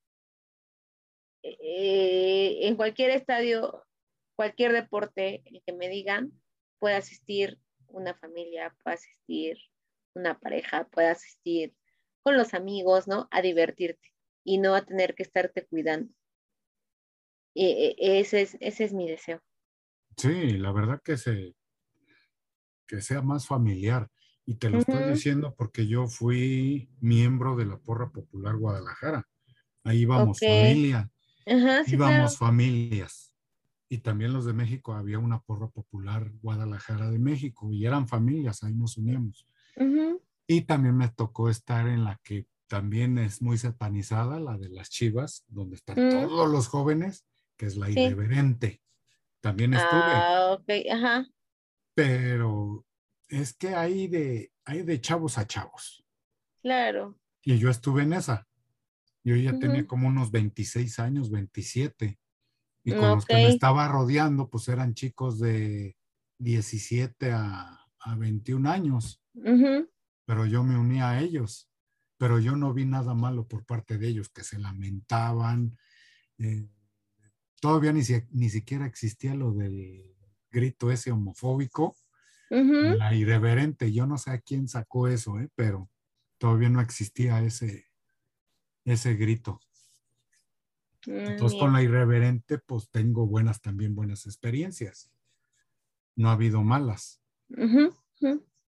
eh, en cualquier estadio, cualquier deporte, el que me digan, puede asistir una familia, puede asistir una pareja, puede asistir con los amigos, ¿no? A divertirte y no a tener que estarte cuidando. E- e- ese es, ese es mi deseo. Sí, la verdad que, se, que sea más familiar. Y te lo estoy Ujú, diciendo porque yo fui miembro de la Porra Popular Guadalajara. Ahí ok, íbamos familia, ajá, sí, íbamos claro. familias. Y también los de México, había una Porra Popular Guadalajara de México y eran familias, ahí nos uníamos. Ujú, Y también me tocó estar en la que también es muy satanizada, la de las Chivas, donde están mm, todos los jóvenes, que es la sí. irreverente. También estuve, Ah, ok, ajá, pero es que hay de, hay de chavos a chavos. claro. Y yo estuve en esa. Yo ya tenía Ujú, como unos veintiséis años, veintisiete. Y con los ok, que me estaba rodeando, pues eran chicos de diecisiete a, a veintiún años. ujú, Pero yo me uní a ellos. Pero yo no vi nada malo por parte de ellos, que se lamentaban. eh, Todavía ni, si- ni siquiera existía lo del grito ese homofóbico, ujú. la irreverente. Yo no sé a quién sacó eso, ¿eh? Pero todavía no existía ese, ese grito. Mm, Entonces con mira. la irreverente, pues tengo buenas, también buenas experiencias. No ha habido malas. Ujú, ujú.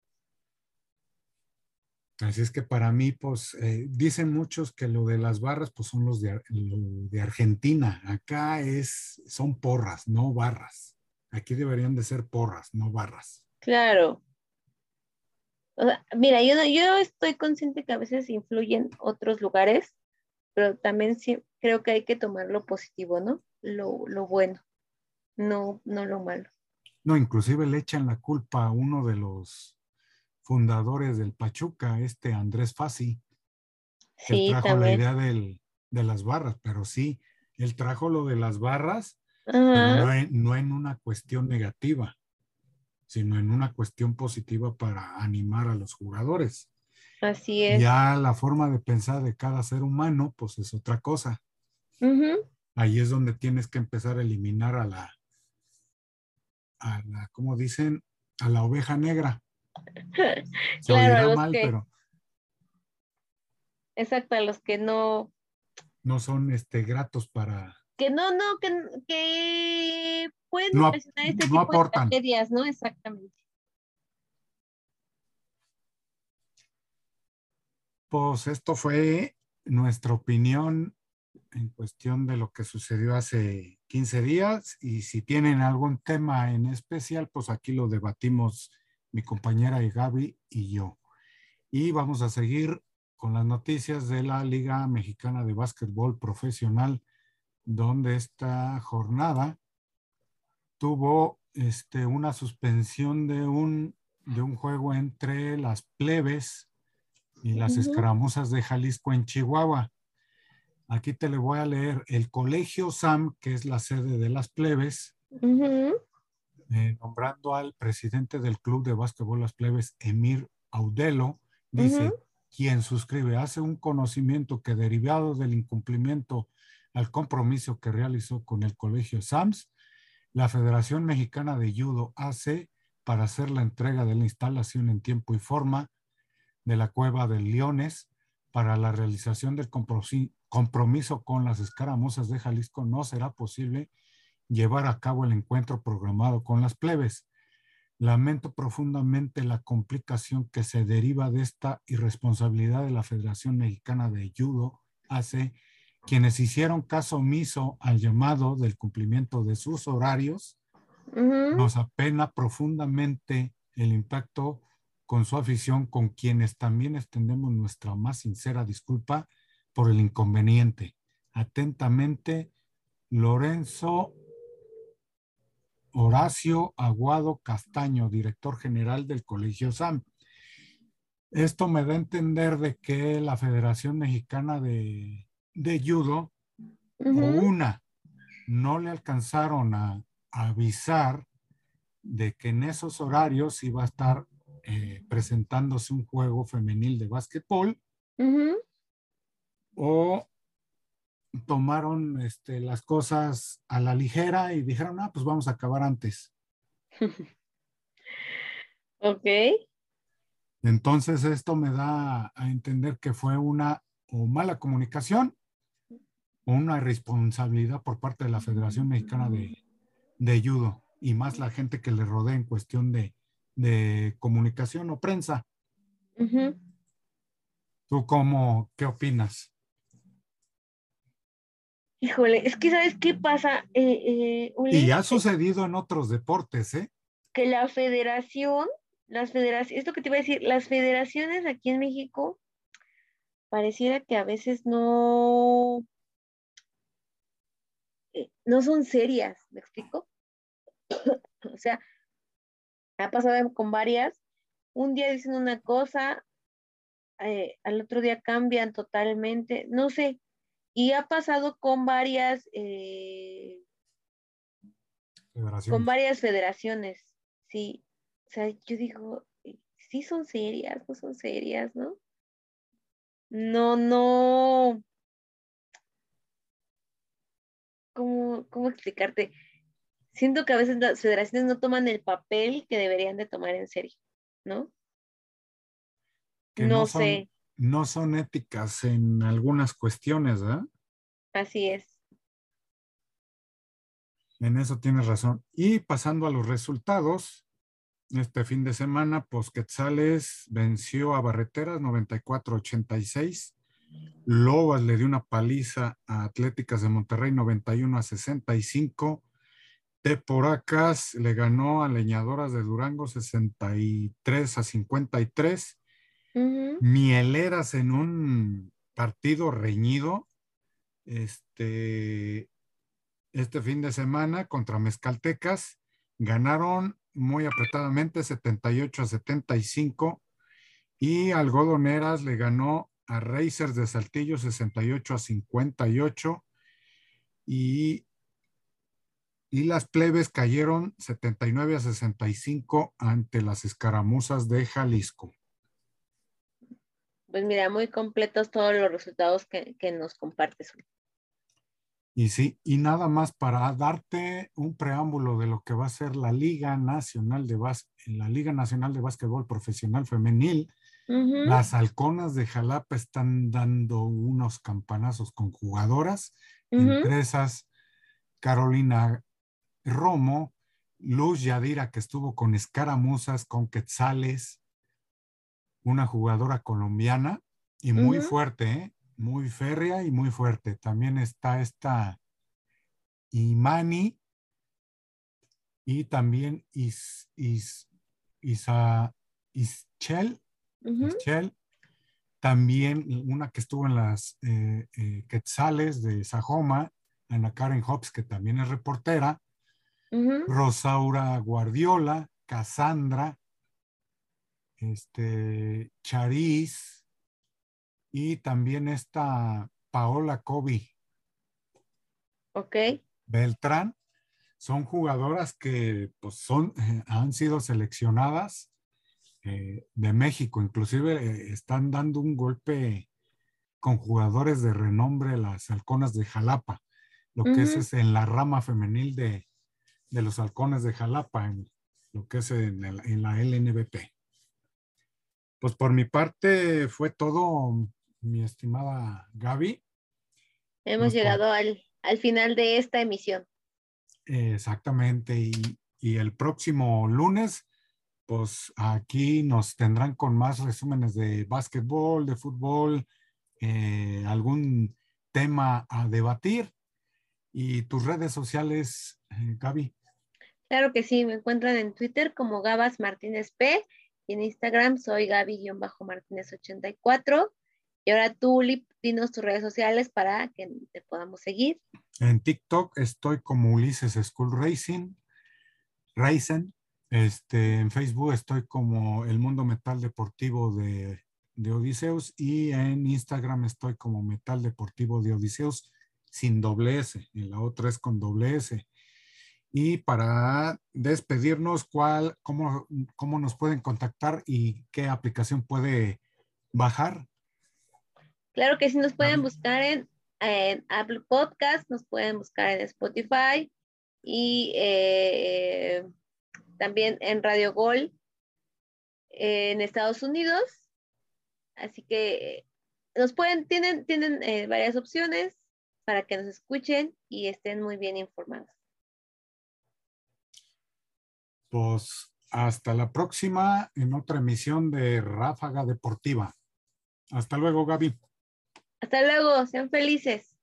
Así es que para mí, pues, eh, dicen muchos que lo de las barras, pues son los de, Ar- lo de Argentina. Acá es, son porras, no barras. Aquí deberían de ser porras, no barras. Claro. O sea, mira, yo, no- yo estoy consciente que a veces influyen otros lugares, pero también sí creo que hay que tomar lo positivo, ¿no? Lo, lo bueno, no, no lo malo. No, inclusive le echan la culpa a uno de los fundadores del Pachuca, este Andrés Fassi, que él Sí, trajo la también. idea del, de las barras, pero sí, él trajo lo de las barras, pero Ajá, no en, no en una cuestión negativa, sino en una cuestión positiva para animar a los jugadores. así es. Ya la forma de pensar de cada ser humano, pues es otra cosa. Ujú. Ahí es donde tienes que empezar a eliminar a la, a la, ¿cómo dicen? A la oveja negra. Se Claro, a oirá los mal, que, pero exacto, a los que no, no son este, gratos para, que no, no, que, que pueden no, ocasionar este no tipo de aportan. tragedias, ¿no? Exactamente. Pues esto fue nuestra opinión en cuestión de lo que sucedió hace quince días y si tienen algún tema en especial, pues aquí lo debatimos mi compañera Gaby y yo. Y vamos a seguir con las noticias de la Liga Mexicana de Básquetbol Profesional, donde esta jornada tuvo este, una suspensión de un, de un juego entre las plebes y las Ujú, escaramuzas de Jalisco en Chihuahua. Aquí te le voy a leer el Colegio S A M, que es la sede de las plebes, ujú, eh, nombrando al presidente del Club de Básquetbol Las Plebes, Emir Audelo, ujú, dice, quien suscribe hace un conocimiento que derivado del incumplimiento al compromiso que realizó con el Colegio S A M S, la Federación Mexicana de Judo hace para hacer la entrega de la instalación en tiempo y forma de la Cueva de Leones para la realización del compromiso con las escaramuzas de Jalisco no será posible llevar a cabo el encuentro programado con las plebes. Lamento profundamente la complicación que se deriva de esta irresponsabilidad de la Federación Mexicana de Judo A C, quienes hicieron caso omiso al llamado del cumplimiento de sus horarios. ujú. Nos apena profundamente el impacto con su afición, con quienes también extendemos nuestra más sincera disculpa por el inconveniente. Atentamente, Lorenzo Horacio Aguado Castaño, director general del Colegio S A M. Esto me da a entender de que la Federación Mexicana de, de Judo, o Ujú, una, no le alcanzaron a, a avisar de que en esos horarios iba a estar eh, presentándose un juego femenil de básquetbol, ujú. o tomaron este, las cosas a la ligera y dijeron, ah, pues vamos a acabar antes. Ok. Entonces esto me da a entender que fue una o mala comunicación o una irresponsabilidad por parte de la Federación Mexicana de, de Judo y más la gente que le rodea en cuestión de, de comunicación o prensa. Ujú. ¿Tú cómo, qué opinas? Híjole, es que ¿sabes qué pasa, eh, eh, Y Uli? ha Que, sucedido en otros deportes, ¿eh? que la federación, las federaciones, esto que te iba a decir, las federaciones aquí en México pareciera que a veces no, eh, no son serias, ¿me explico? O sea, ha pasado con varias, un día dicen una cosa, eh, al otro día cambian totalmente, no sé, y ha pasado con varias, eh, con Federaciones. varias federaciones, sí, o sea, yo digo, eh, sí son serias, no son serias, ¿no? No, no, ¿cómo, cómo explicarte? Siento que a veces las federaciones no toman el papel que deberían de tomar en serio, ¿no? Que no No son, sé, no son éticas en algunas cuestiones, ¿verdad? así es. En eso tienes razón. Y pasando a los resultados, este fin de semana, pues Quetzales venció a Barreteras noventa y cuatro a ochenta y seis. Lobas le dio una paliza a Atléticas de Monterrey noventa y uno a sesenta y cinco. Teporacas le ganó a Leñadoras de Durango sesenta y tres a cincuenta y tres. Ujú. Mieleras en un partido reñido este, este fin de semana contra Mezcaltecas. Ganaron muy apretadamente setenta y ocho a setenta y cinco y Algodoneras le ganó a Racers de Saltillo sesenta y ocho a cincuenta y ocho y, y las plebes cayeron setenta y nueve a sesenta y cinco ante las escaramuzas de Jalisco. Pues mira, muy completos todos los resultados que, que nos compartes. Y sí, y nada más para darte un preámbulo de lo que va a ser la Liga Nacional de Bás- la Liga Nacional de Básquetbol Profesional Femenil. Ujú. Las Halconas de Jalapa están dando unos campanazos con jugadoras, Ujú. entre esas Carolina Romo, Luz Yadira, que estuvo con escaramuzas, con Quetzales, una jugadora colombiana y muy Ujú. fuerte, ¿eh? Muy férrea y muy fuerte. También está esta Imani y también Is, Is, Isa, Ischel, Ujú. Ischel, también una que estuvo en las eh, eh, Quetzales de Sajoma, Ana Karen Hobbs, que también es reportera, Ujú. Rosaura Guardiola, Cassandra, este, Charis y también esta Paola Kobe Ok. Beltrán. Son jugadoras que pues, son, eh, han sido seleccionadas eh, de México, inclusive eh, están dando un golpe con jugadores de renombre las Halconas de Jalapa, lo que es, Ujú. es en la rama femenil de, de los Halcones de Jalapa, en lo que es en, el, en la L N B P. Pues por mi parte fue todo, mi estimada Gaby. Hemos Pues por, llegado al, al final de esta emisión. eh, exactamente, y, y el próximo lunes pues aquí nos tendrán con más resúmenes de básquetbol, de fútbol, eh, algún tema a debatir. Y tus redes sociales, eh, Gaby. Claro que sí, me encuentran en Twitter como Gabas Martínez P y en Instagram soy Gaby-Martínez ochenta y cuatro. Y ahora tú, Lip, dinos tus redes sociales para que te podamos seguir. En TikTok estoy como Ulises School Racing, Racing. Este, en Facebook estoy como El Mundo Metal Deportivo de, de Odiseus y en Instagram estoy como Metal Deportivo de Odiseus sin doble S, y la otra es con doble S. Y para despedirnos, ¿cuál, cómo, cómo nos pueden contactar y qué aplicación puede bajar? Claro que sí, nos pueden Gaby. buscar en, en Apple Podcast, nos pueden buscar en Spotify y eh, también en Radio Gol eh, en Estados Unidos. Así que nos pueden, tienen, tienen eh, varias opciones para que nos escuchen y estén muy bien informados. Pues hasta la próxima en otra emisión de Ráfaga Deportiva. Hasta luego, Gaby. Hasta luego, sean felices.